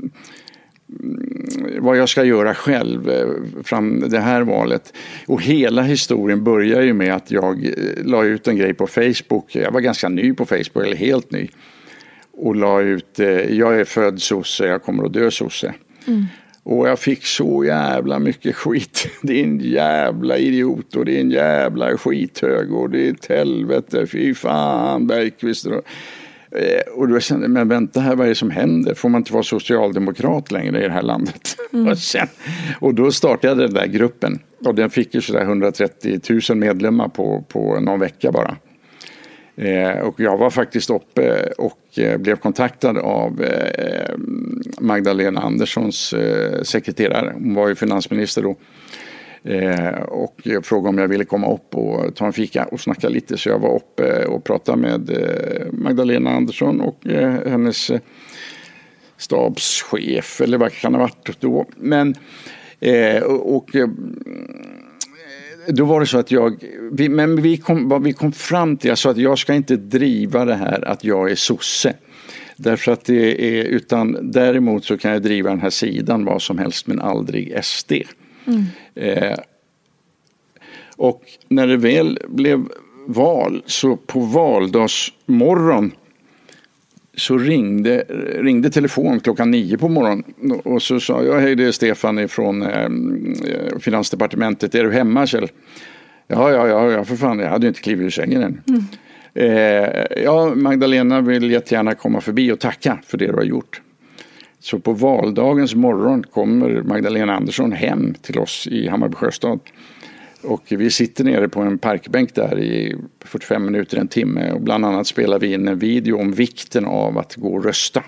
vad jag ska göra själv fram det här valet. Och hela historien börjar ju med att jag la ut en grej på Facebook. Jag var ganska ny på Facebook, eller helt ny. Och la ut, jag är född sosse, jag kommer att dö sosse. Mm. Och jag fick så jävla mycket skit. Det är en jävla idiot och det är en jävla skithög och det är ett helvete. Fy fan, Bergqvist. Och då kände jag, men vänta här, vad är det som händer? Får man inte vara socialdemokrat längre i det här landet? Mm. och, sen, och då startade den där gruppen. Och den fick ju sådär hundratrettio tusen medlemmar på, på någon vecka bara. Eh, och jag var faktiskt uppe och eh, blev kontaktad av eh, Magdalena Anderssons eh, sekreterare. Hon var ju finansminister då. Eh, och frågade om jag ville komma upp och ta en fika och snacka lite. Så jag var uppe och pratade med eh, Magdalena Andersson och eh, hennes eh, stabschef eller vad kan det ha varit då. Men eh, och eh, då var det så att jag, vi, men vi kom, vad vi kom fram till, alltså att jag ska inte driva det här att jag är sosse. Därför att det är, utan däremot så kan jag driva den här sidan vad som helst men aldrig S D. Mm. Eh, och när det väl blev val så på valdagsmorgon så ringde, ringde telefon klockan nio på morgonen och så sa jag, hej det är Stefan från eh, Finansdepartementet, är du hemma Kjell? Ja, ja, ja, ja för fan, jag hade ju inte klivit ur sängen än. Mm. Eh, ja, Magdalena vill jättegärna komma förbi och tacka för det du har gjort. Så på valdagens morgon kommer Magdalena Andersson hem till oss i Hammarby Sjöstad. Och vi sitter nere på en parkbänk där i fyrtiofem minuter, en timme. Och bland annat spelar vi in en video om vikten av att gå och rösta.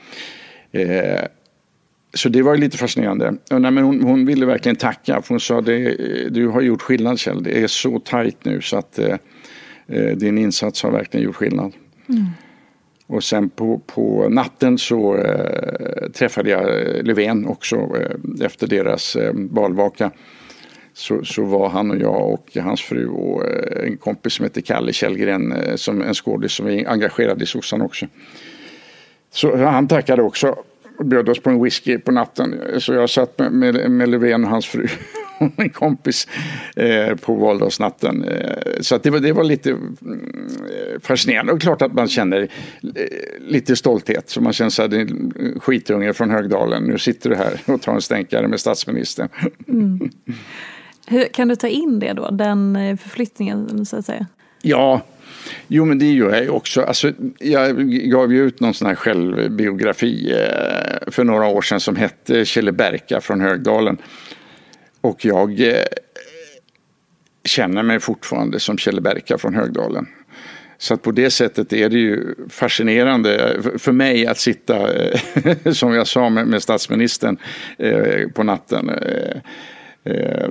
Eh, så det var lite fascinerande. Och nej, men hon, hon ville verkligen tacka. För hon sa, det, du har gjort skillnad Kjell. Det är så tajt nu så att eh, din insats har verkligen gjort skillnad. Mm. Och sen på, på natten så eh, träffade jag Löfven också eh, efter deras eh, valvaka. Så, så var han och jag och hans fru och eh, en kompis som heter Kalle Källgren eh, som en skådis som är engagerad i sossarna också. Så han tackade också och bjöd oss på en whisky på natten. Så jag satt med, med, med Löfven och hans fru och en kompis eh, på valdagsnatten. Eh, så att det, var, det var lite mm, fascinerande. Och klart att man känner eh, lite stolthet. Så man känner så här, skitunge från Högdalen. Nu sitter du här och tar en stänkare med statsministern. Mm. Hur, kan du ta in det då, den förflyttningen så att säga? Ja, jo men det gör jag också. Alltså, jag gav ju ut någon sån här självbiografi eh, för några år sedan som hette Kjelle Berka från Högdalen. Och jag eh, känner mig fortfarande som Kjelle Berka från Högdalen. Så att på det sättet är det ju fascinerande för mig att sitta, eh, som jag sa med, med statsministern eh, på natten. Eh, eh,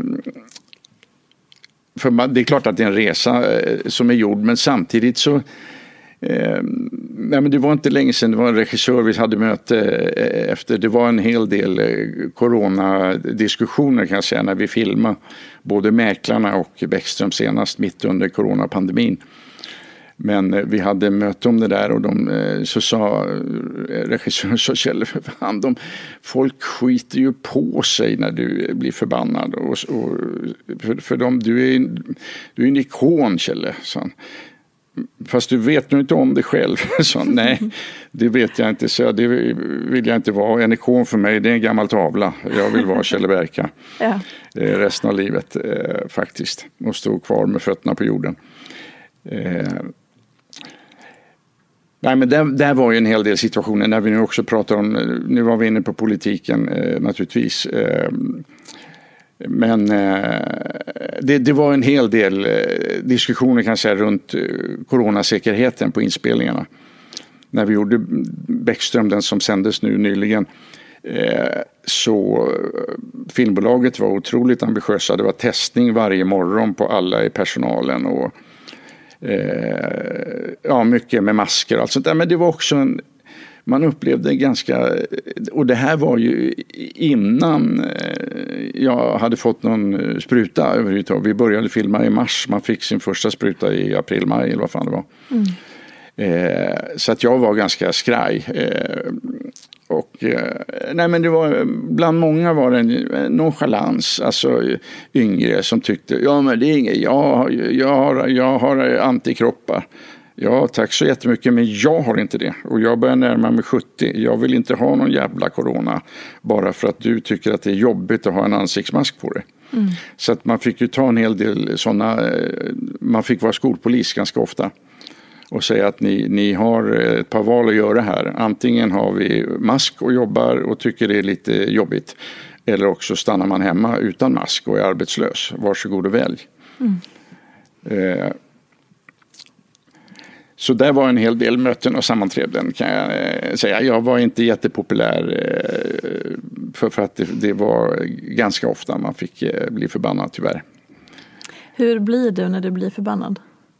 för man, det är klart att det är en resa eh, som är gjord, men samtidigt så Eh, nej men det var inte länge sedan, det var en regissör vi hade möte eh, efter, det var en hel del eh, coronadiskussioner kan jag säga när vi filmade både Mäklarna och Bäckström senast mitt under coronapandemin. Men eh, vi hade möte om det där och de, eh, så sa eh, regissören så Kjell, för fan, de, folk skiter ju på sig när du blir förbannad och, och, för, för dem, du är, du är en ikon Kjell, sa han. Fast du vet nog inte om det själv. Så, nej, det vet jag inte. Så det vill jag inte vara. En ikon för mig, det är en gammal tavla. Jag vill vara Kjelle Berka. Ja. Eh, resten av livet eh, faktiskt. Och stå kvar med fötterna på jorden. Eh, nej, men där, där var ju en hel del situationer. När vi nu också pratar om, nu var vi inne på politiken eh, naturligtvis. Eh, Men eh, det, det var en hel del eh, diskussioner kan jag säga, runt eh, coronasäkerheten på inspelningarna. När vi gjorde Bäckström, den som sändes nu nyligen, eh, så filmbolaget var otroligt ambitiösa. Det var testning varje morgon på alla i personalen och eh, ja, mycket med masker och allt sånt där. Men det var också en, man upplevde ganska, och det här var ju innan jag hade fått någon spruta överhuvudtaget. Vi började filma i mars, man fick sin första spruta i april, maj eller vad fan det var. Mm. Eh, så att jag var ganska skraj. Eh, och eh, nej men det var, bland många var det en nonchalans, alltså yngre som tyckte, ja men det är inget, jag, jag, har, jag har antikroppar. Ja, tack så jättemycket, men jag har inte det. Och jag börjar närma mig sjuttio. Jag vill inte ha någon jävla corona bara för att du tycker att det är jobbigt att ha en ansiktsmask på det. Mm. Så att man fick ju ta en hel del sådana, man fick vara skolpolis ganska ofta och säga att ni, ni har ett par val att göra här. Antingen har vi mask och jobbar och tycker det är lite jobbigt, eller också stannar man hemma utan mask och är arbetslös. Varsågod och välj. Mm. Eh, Så där var en hel del möten och sammanträden kan jag säga. Jag var inte jättepopulär för, för att det, det var ganska ofta man fick bli förbannad tyvärr. Hur blir du när du blir förbannad?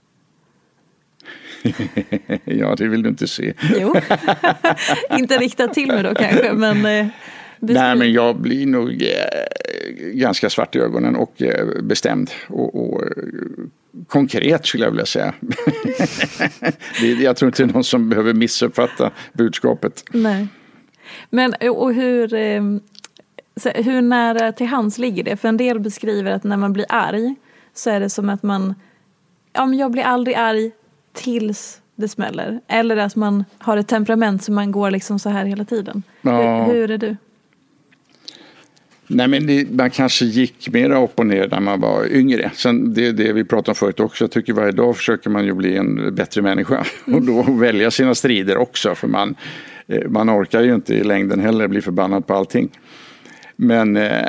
Ja, det vill du inte se. Jo, inte riktat till mig då kanske, men... Eh, Nej, men jag blir nog eh, ganska svart i ögonen och eh, bestämd och, och eh, konkret skulle jag vilja säga. det, jag tror inte det är någon som behöver missuppfatta budskapet. Nej. Men och hur, eh, hur nära till hands ligger det? För en del beskriver att när man blir arg så är det som att man, ja men jag blir aldrig arg tills det smäller. Eller att man har ett temperament som man går liksom så här hela tiden. Ja. Hur, hur är du? Nej, men det, man kanske gick mer upp och ner när man var yngre. Sen det, det vi pratade om förut också. Jag tycker varje dag försöker man ju bli en bättre människa. Mm. Och då välja sina strider också. För man, man orkar ju inte i längden heller bli förbannad på allting. Men... Eh,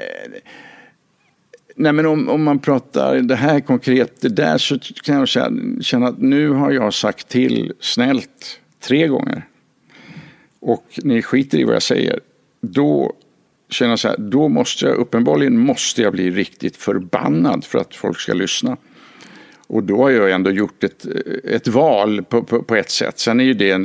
Nej, men om, om man pratar det här konkret, det där, så kan jag känna att nu har jag sagt till snällt tre gånger och ni skiter i vad jag säger. Då känner jag så här, då måste jag uppenbarligen måste jag bli riktigt förbannad för att folk ska lyssna. Och då har jag ändå gjort ett, ett val på, på, på ett sätt. Sen är ju det en,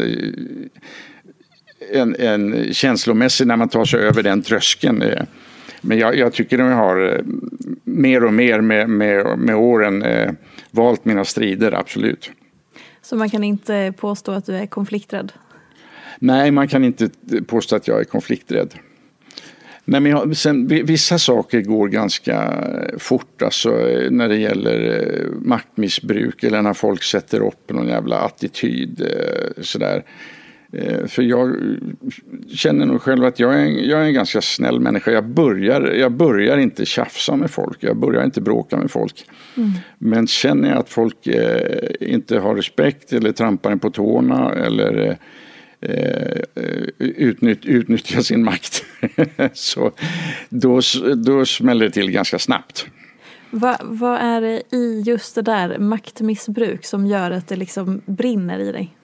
en, en känslomässig när man tar sig över den tröskeln. Men jag, jag tycker att jag har mer och mer med, med, med åren eh, valt mina strider, absolut. Så man kan inte påstå att du är konflikträdd? Nej, man kan inte påstå att jag är konflikträdd. Nej, men jag, sen, vissa saker går ganska fort, alltså, när det gäller eh, maktmissbruk eller när folk sätter upp någon jävla attityd eh, sådär. För jag känner nog själv att jag är, en, jag är en ganska snäll människa. Jag börjar, jag börjar inte tjafsa med folk. Jag börjar inte bråka med folk. Mm. Men känner jag att folk eh, inte har respekt eller trampar en på tårna eller eh, utnytt, utnyttjar sin makt så då, då smäller det till ganska snabbt. Vad, vad är det i just det där maktmissbruk som gör att det liksom brinner i dig?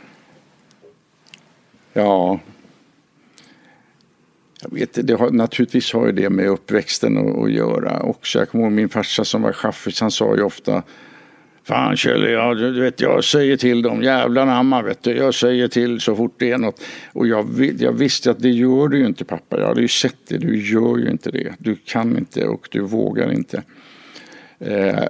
Ja, jag vet, det har, naturligtvis har ju det med uppväxten att, att göra också. Jag kommer ihåg min farsa som var chaffis, han sa ju ofta, fan Kjell, ja, du vet, jag säger till dem, jävla namma, vet du, jag säger till så fort det är något. Och jag, jag visste att det gör du ju inte, pappa, jag hade ju sett det, du gör ju inte det, du kan inte och du vågar inte. Eh,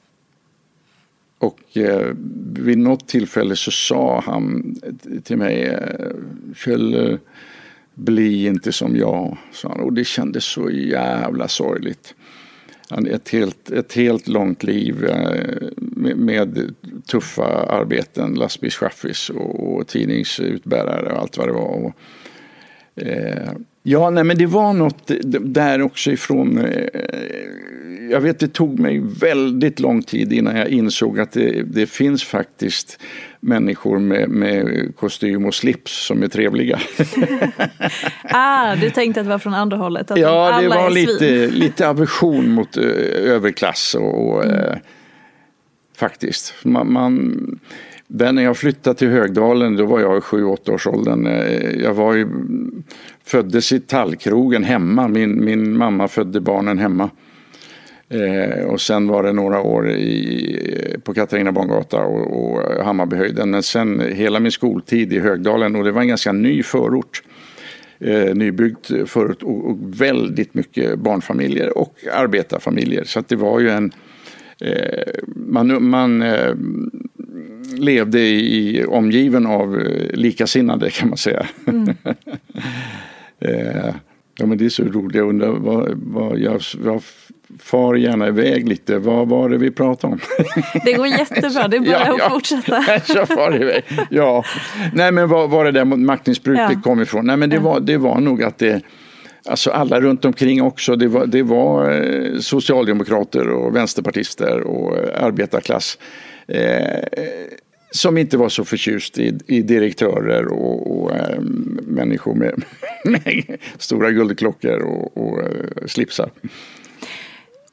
Och eh, vid något tillfälle så sa han till mig, Kjell, bli inte som jag, sa han. Och det kändes så jävla sorgligt. Han ett helt, ett helt långt liv eh, med, med tuffa arbeten, lastbilschaffis och, och tidningsutbärare och allt vad det var. Och, eh, ja, nej, men det var något där också ifrån... Eh, Jag vet, det tog mig väldigt lång tid innan jag insåg att det, det finns faktiskt människor med, med kostym och slips som är trevliga. ah, du tänkte att det var från andra hållet? Att ja, det var lite, lite aversion mot ö, överklass och, och mm. eh, faktiskt. Man, man, när jag flyttade till Högdalen, då var jag i sju åtta års åldern. Jag var ju, föddes i Tallkrogen hemma. Min, min mamma födde barnen hemma. Eh, och sen var det några år i, på Katarina Bangata och, och Hammarbyhöjden. Men sen hela min skoltid i Högdalen, och det var en ganska ny förort. Eh, nybyggd förort och, och väldigt mycket barnfamiljer och arbetarfamiljer. Så att det var ju en... Eh, man man eh, levde i, i omgiven av eh, likasinnade, kan man säga. Mm. eh, ja, men det är så roligt. Jag undrar vad, vad jag... jag far gärna iväg lite. Vad var det vi pratade om? Det går jättebra. Det är bara ja, att ja. fortsätta. Jag far iväg. Ja. Nej, men vad var det där maktmissbruk ja. det kom ifrån? Nej, men det, ja. var, det var nog att det... Alltså alla runt omkring också. Det var, det var socialdemokrater och vänsterpartister och arbetarklass. Eh, som inte var så förtjust i, i direktörer och, och äh, människor med, med stora guldklockor och, och äh, slipsar.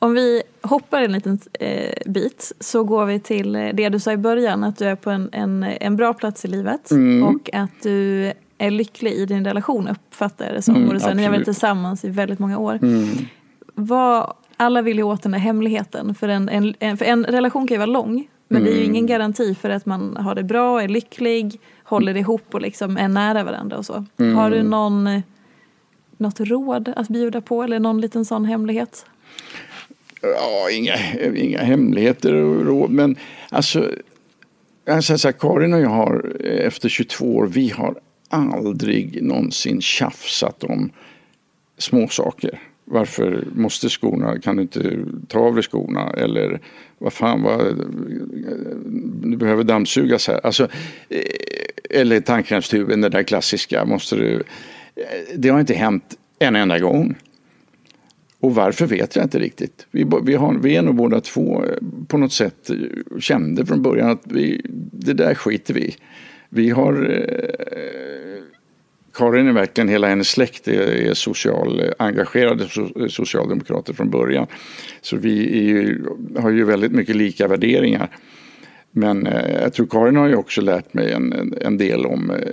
Om vi hoppar en liten eh, bit så går vi till det du sa i början, att du är på en, en, en bra plats i livet mm. och att du är lycklig i din relation, uppfattar jag det som. Mm, och sen ni har varit tillsammans i väldigt många år. Mm. Vad, alla vill ju åt den där hemligheten. För en, en, en, för en relation kan ju vara lång, men mm. det är ju ingen garanti för att man har det bra, är lycklig, håller ihop och liksom är nära varandra och så. Mm. Har du någon, något råd att bjuda på eller någon liten sån hemlighet? Ja, inga, inga hemligheter och råd, men alltså, alltså så här, Karin och jag har efter tjugotvå år, vi har aldrig någonsin tjafsat om små saker. Varför måste skorna, kan du inte ta av dig skorna? Eller vad fan, vad, du behöver dammsugas här. Alltså, eller tandkrämstuben, det där klassiska. Måste du, det har inte hänt en enda gång. Och varför vet jag inte riktigt. Vi, vi, har, vi är nog båda två på något sätt kände från början att vi, det där skiter vi. Vi har... Eh, Karin är verkligen, hela hennes släkt är, är social, engagerade socialdemokrater från början. Så vi är ju, har ju väldigt mycket lika värderingar. Men eh, jag tror Karin har ju också lärt mig en, en del om eh,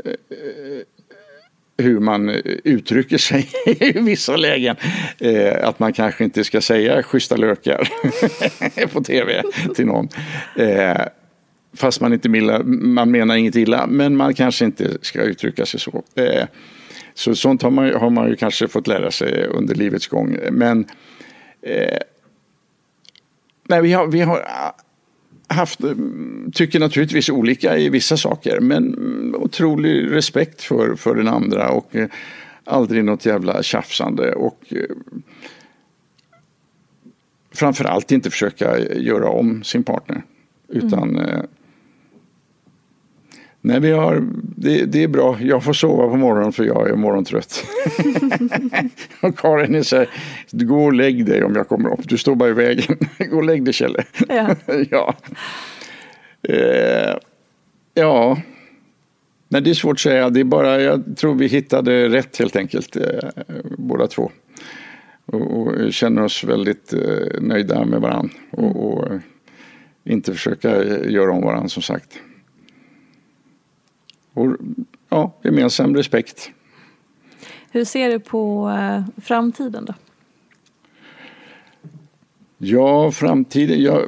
hur man uttrycker sig i vissa lägen. Eh, att man kanske inte ska säga schyssta lökar på tv till någon. Eh, fast man inte milla, man menar inget illa, men man kanske inte ska uttrycka sig så. Eh, så sånt har man, har man ju kanske fått lära sig under livets gång. Men eh, nej, vi har, vi har haft, tycker naturligtvis olika i vissa saker, men otrolig respekt för, för den andra och eh, aldrig något jävla tjafsande och eh, framförallt inte försöka göra om sin partner, utan mm. eh, nej, vi har, det, det är bra, jag får sova på morgonen för jag är morgontrött. Och Karin är så här, gå och lägg dig om jag kommer upp, du står bara i vägen. Gå och lägg dig, Kjelle. Ja. ja. Eh, ja. Nej, det är svårt att säga, det är bara, jag tror vi hittade rätt helt enkelt, eh, båda två. Och, och känner oss väldigt eh, nöjda med varandra och, och inte försöka göra om varandra, som sagt. Och ja, gemensam respekt. Hur ser du på eh, framtiden då? Ja, framtiden, jag,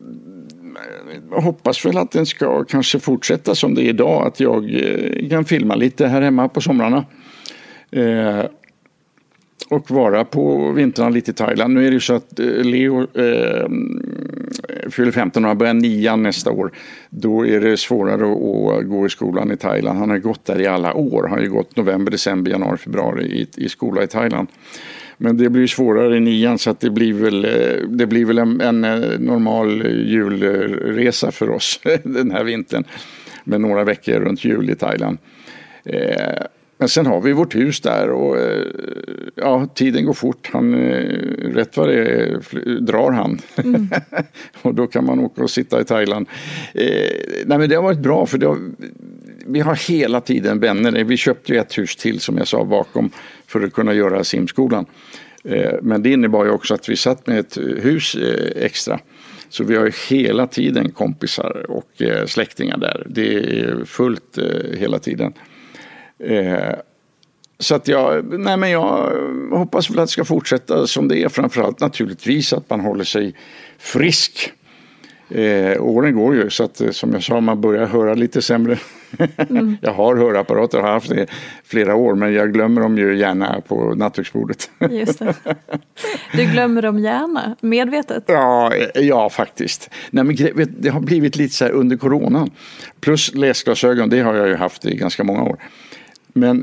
jag hoppas väl att den ska kanske fortsätta som det är idag. Att jag eh, kan filma lite här hemma på somrarna. Eh, och vara på vintrarna lite i Thailand. Nu är det ju så att eh, Leo eh, fyller femton och börjar nian nästa år. Då är det svårare att gå i skolan i Thailand. Han har gått där i alla år. Han har ju gått november, december, januari, februari i, i skola i Thailand. Men det blir svårare i nian, så att det blir väl, det blir väl en, en normal julresa för oss den här vintern. Med några veckor runt jul i Thailand. Eh, Men sen har vi vårt hus där och ja, tiden går fort. Han, rätt vad det är, drar han. Mm. Och då kan man åka och sitta i Thailand. Eh, nej, men det har varit bra, för det har, vi har hela tiden vänner. Vi köpte ju ett hus till, som jag sa, bakom för att kunna göra simskolan. Eh, men det innebar ju också att vi satt med ett hus eh, extra. Så vi har ju hela tiden kompisar och eh, släktingar där. Det är fullt eh, hela tiden. Eh, så att jag, nej men jag hoppas väl att det ska fortsätta som det är, framförallt naturligtvis att man håller sig frisk. Eh, åren går ju, så att som jag sa, man börjar höra lite sämre. Mm. Jag har hörapparater, har haft det flera år, men jag glömmer dem ju gärna på nattduksbordet. Just det. Du glömmer dem gärna, medvetet? Ja, ja faktiskt. Nej, men det har blivit lite så här under coronan. Plus läsglasögon, det har jag ju haft i ganska många år. Men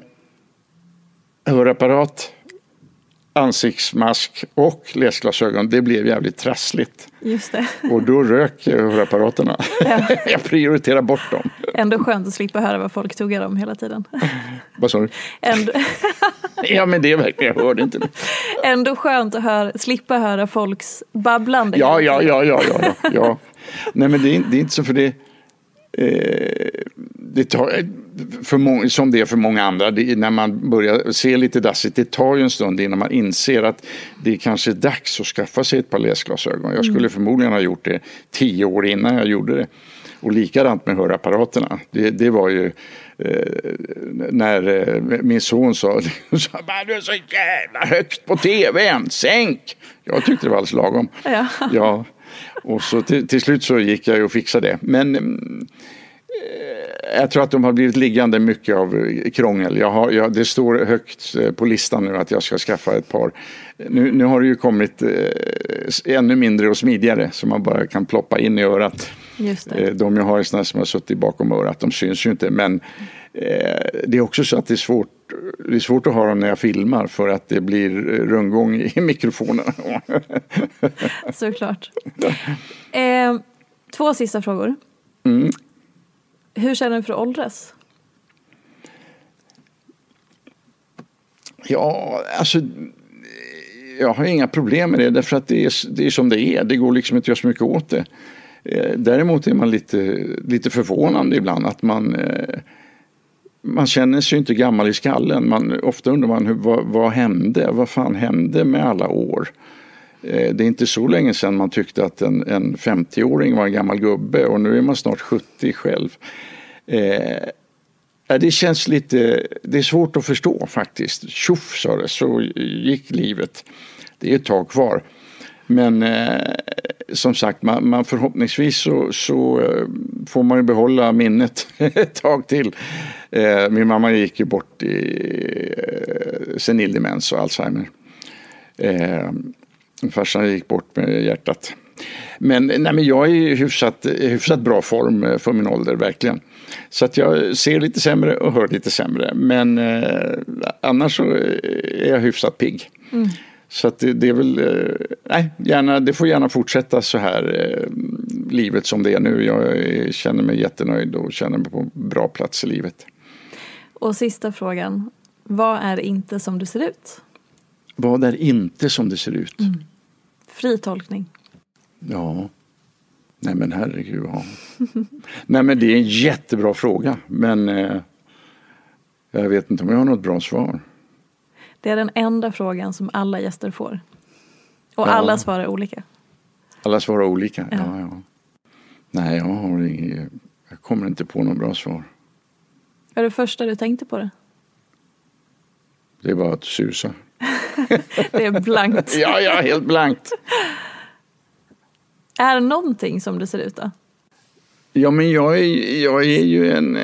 hörapparat, ansiktsmask och läsglasögon, det blev jävligt trassligt. Just det. Och då rök hörapparaterna. Ja. Jag prioriterar bort dem. Ändå skönt att slippa höra vad folk tog om hela tiden. Vad sa du? Ändå... ja, men det är verkligen, jag hörde inte det. Ändå skönt att höra, slippa höra folks babblande. Ja, ja, ja, ja, ja, ja, ja. Nej, men det är, det är inte så, för det... Eh, det tar... för många, som det är för många andra, det, när man börjar se lite dassigt, det tar ju en stund innan man inser att det kanske är dags att skaffa sig ett par läsglasögon. Jag skulle mm. förmodligen ha gjort det tio år innan jag gjorde det. Och likadant med hörapparaterna. Det, det var ju eh, när eh, min son sa, sa du är så jävla högt på tvn, sänk! Jag tyckte det var alldeles lagom. Ja. Ja. Och så till, till slut så gick jag och fixade det. Men eh, jag tror att de har blivit liggande mycket av krångel. Jag har, jag, det står högt på listan nu att jag ska skaffa ett par. Nu, nu har det ju kommit eh, ännu mindre och smidigare som man bara kan ploppa in i örat. Just det. Eh, de jag har är sådana som har suttit bakom örat, de syns ju inte. Men eh, det är också så att det är, svårt, det är svårt att ha dem när jag filmar för att det blir rundgång i mikrofonen. Såklart. Eh, två sista frågor. Mm. Hur känner du för att åldras? Ja, alltså jag har inga problem med det därför att det är, det är som det är. Det går liksom inte att göra så mycket åt det. Däremot är man lite, lite förvånande ibland att man, man känner sig inte gammal i skallen. Man, ofta undrar man hur, vad, vad hände? Vad fan hände med alla år? Det är inte så länge sedan man tyckte att en, en femtio-åring var en gammal gubbe och nu är man snart sjuttio själv. Eh, det känns lite, det är svårt att förstå faktiskt. Tjoff sa det, så gick livet. Det är ett tag kvar. Men eh, som sagt, man, man förhoppningsvis så, så eh, får man ju behålla minnet ett tag till. Eh, min mamma gick ju bort i eh, senildemens och Alzheimer. Eh, Farsan gick bort med hjärtat. Men, nej, men jag är i hyfsat, hyfsat bra form för min ålder, verkligen. Så att jag ser lite sämre och hör lite sämre. Men eh, annars så är jag hyfsat pigg. Mm. Så att det, det är väl, eh, nej, gärna, det får gärna fortsätta så här eh, livet som det är nu. Jag känner mig jättenöjd och känner mig på en bra plats i livet. Och sista frågan, vad är inte som det ser ut? Vad är inte som det ser ut? Mm. Fri tolkning. Ja. Nej men herregud. Ja. Nej men det är en jättebra fråga. Men eh, jag vet inte om jag har något bra svar. Det är den enda frågan som alla gäster får. Och ja. alla svarar olika. Alla svarar olika, ja. ja, ja. Nej, jag har inget, jag kommer inte på något bra svar. Är det första du tänkte på det? Det är bara att susa. Det är blankt. ja, ja, helt blankt. Är det någonting som det ser ut då? Ja, men jag är, jag är ju en...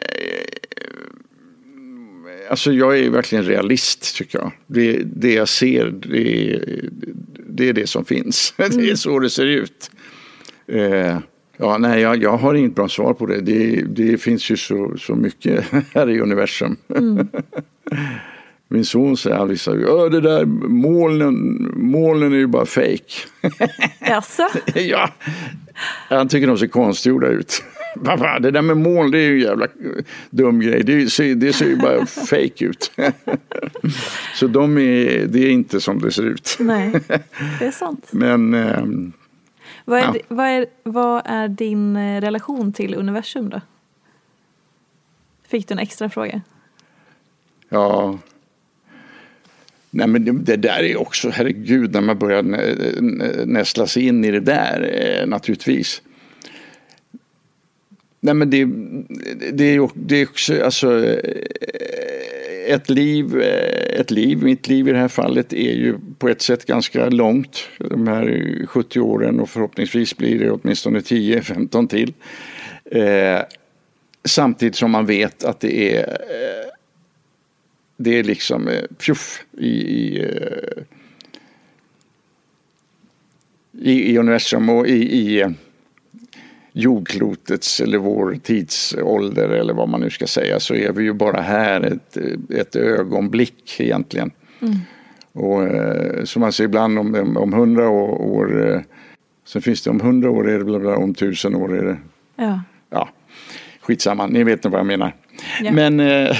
Alltså jag är verkligen realist, tycker jag. Det, det jag ser, det, det är det som finns. Mm. Det är så det ser ut. Eh, ja, nej, jag, jag har inget bra svar på det. Det, det finns ju så, så mycket här i universum. Mm. Min son säger aldrig så här, det där molnen, molnen är ju bara fake. Jaså? Ja, han tycker de ser konstgjorda ut. Pappa, det där med moln, det är ju en jävla dum grej. Det, är, det ser ju bara fake ut. Så de är, det är inte som det ser ut. Nej, det är sant. Men... Ähm, vad, är, ja. vad, är, vad är din relation till universum då? Fick du en extra fråga? Ja... Nej men det, det där är också, herregud, när man börjar nästla sig in i det där, naturligtvis. Nej men det, det är ju det är också, alltså ett liv, ett liv, mitt liv i det här fallet är ju på ett sätt ganska långt, de här sjuttio åren, och förhoppningsvis blir det åtminstone tio femton till. Eh, samtidigt som man vet att det är eh, det är liksom eh, pjuff i, i, eh, i, i universum och i, i eh, jordklotets eller vår tidsålder eller vad man nu ska säga, så är vi ju bara här ett, ett ögonblick egentligen. Mm. Och eh, som man säger ibland om, om hundra år, år eh, så finns det om hundra år är det bla bla, om tusen år är det. Ja. Ja, skitsamma, ni vet nog vad jag menar. Ja. Men eh,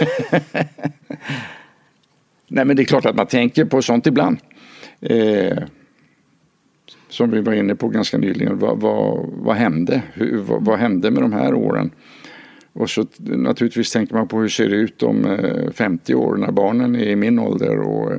nej men det är klart att man tänker på sånt ibland. Eh, som vi var inne på ganska nyligen. Vad, vad, vad hände? Hur, vad, vad hände med de här åren? Och så naturligtvis tänker man på hur ser det ut om femtio år när barnen är i min ålder och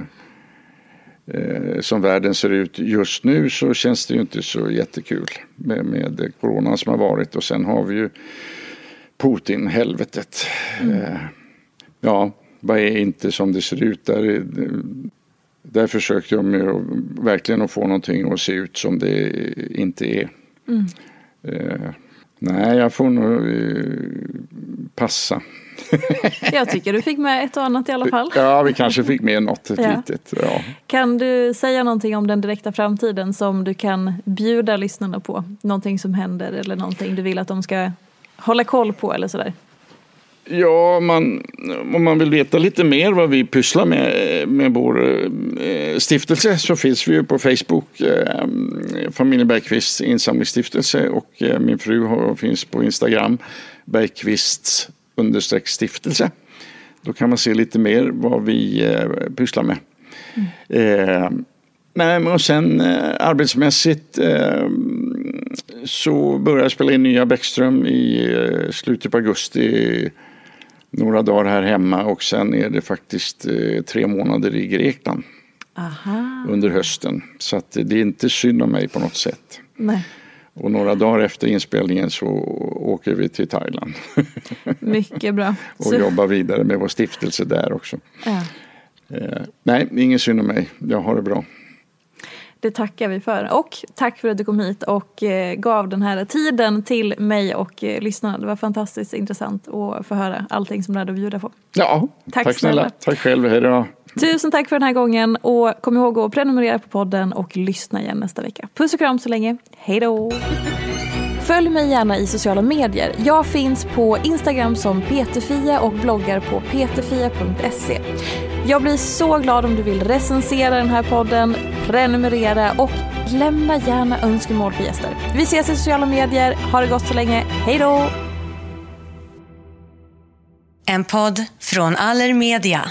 eh, som världen ser ut just nu, så känns det ju inte så jättekul med, med corona som har varit. Och sen har vi ju Putin, helvetet. Mm. Eh, ja, vad är inte som det ser ut där? Där försökte jag med verkligen att få någonting att se ut som det inte är. Mm. Eh, nej, jag får nog eh, passa. Jag tycker du fick med ett och annat i alla fall. Ja, vi kanske fick med något ja. litet. Ja. Kan du säga någonting om den direkta framtiden som du kan bjuda lyssnarna på? Någonting som händer eller någonting du vill att de ska hålla koll på eller sådär? Ja, man, om man vill veta lite mer vad vi pysslar med med vår eh, stiftelse, så finns vi ju på Facebook, eh, Familjen Bergqvists insamlingsstiftelse, och eh, min fru har, finns på Instagram, Bergqvists understreck stiftelse. Då kan man se lite mer vad vi eh, pysslar med. Mm. Eh, nej, men och sen eh, arbetsmässigt eh, så börjar jag spela in nya Bäckström i eh, slutet på augusti, några dagar här hemma, och sen är det faktiskt eh, tre månader i Grekland. Aha. Under hösten. Så att det är inte synd om mig på något sätt. Nej. Och några dagar efter inspelningen så åker vi till Thailand. Mycket bra. Och så... jobbar vidare med vår stiftelse där också. Ja. Eh, nej, ingen synd om mig. Jag har det bra. Det tackar vi för. Och tack för att du kom hit och eh, gav den här tiden till mig och eh, lyssnarna. Det var fantastiskt intressant att få höra allting som du hade att bjuda på. Ja, tack, tack snälla. snälla. Tack själv. Hej då. Tusen tack för den här gången, och kom ihåg att prenumerera på podden och lyssna igen nästa vecka. Puss och kram så länge. Hej då! Följ mig gärna i sociala medier. Jag finns på Instagram som Peterfia och bloggar på peterfia punkt se. Jag blir så glad om du vill recensera den här podden, prenumerera och lämna gärna önskemål på gäster. Vi ses i sociala medier. Ha det gott så länge. Hej då! En podd från Allermedia.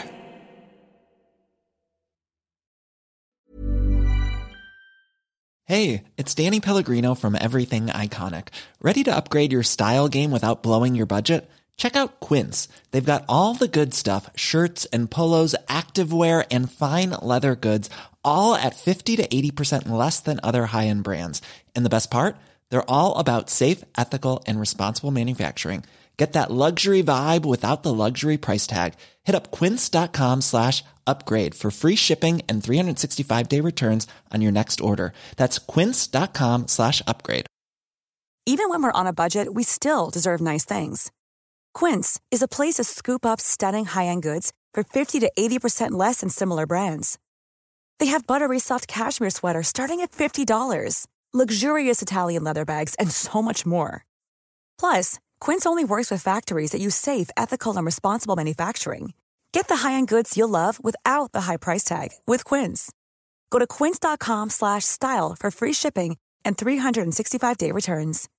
Hey, it's Danny Pellegrino from Everything Iconic. Ready to upgrade your style game without blowing your budget? Check out Quince. They've got all the good stuff, shirts and polos, activewear and fine leather goods, all at fifty to eighty percent less than other high-end brands. And the best part? They're all about safe, ethical and responsible manufacturing. Get that luxury vibe without the luxury price tag. Hit up quince.com slash upgrade for free shipping and three sixty-five day returns on your next order. That's quince.com slash upgrade. Even when we're on a budget, we still deserve nice things. Quince is a place to scoop up stunning high-end goods for fifty to eighty percent less than similar brands. They have buttery soft cashmere sweaters starting at fifty dollars, luxurious Italian leather bags, and so much more. Plus, Quince only works with factories that use safe, ethical, and responsible manufacturing. Get the high-end goods you'll love without the high price tag with Quince. Go to quince.com slash style for free shipping and three sixty-five day returns.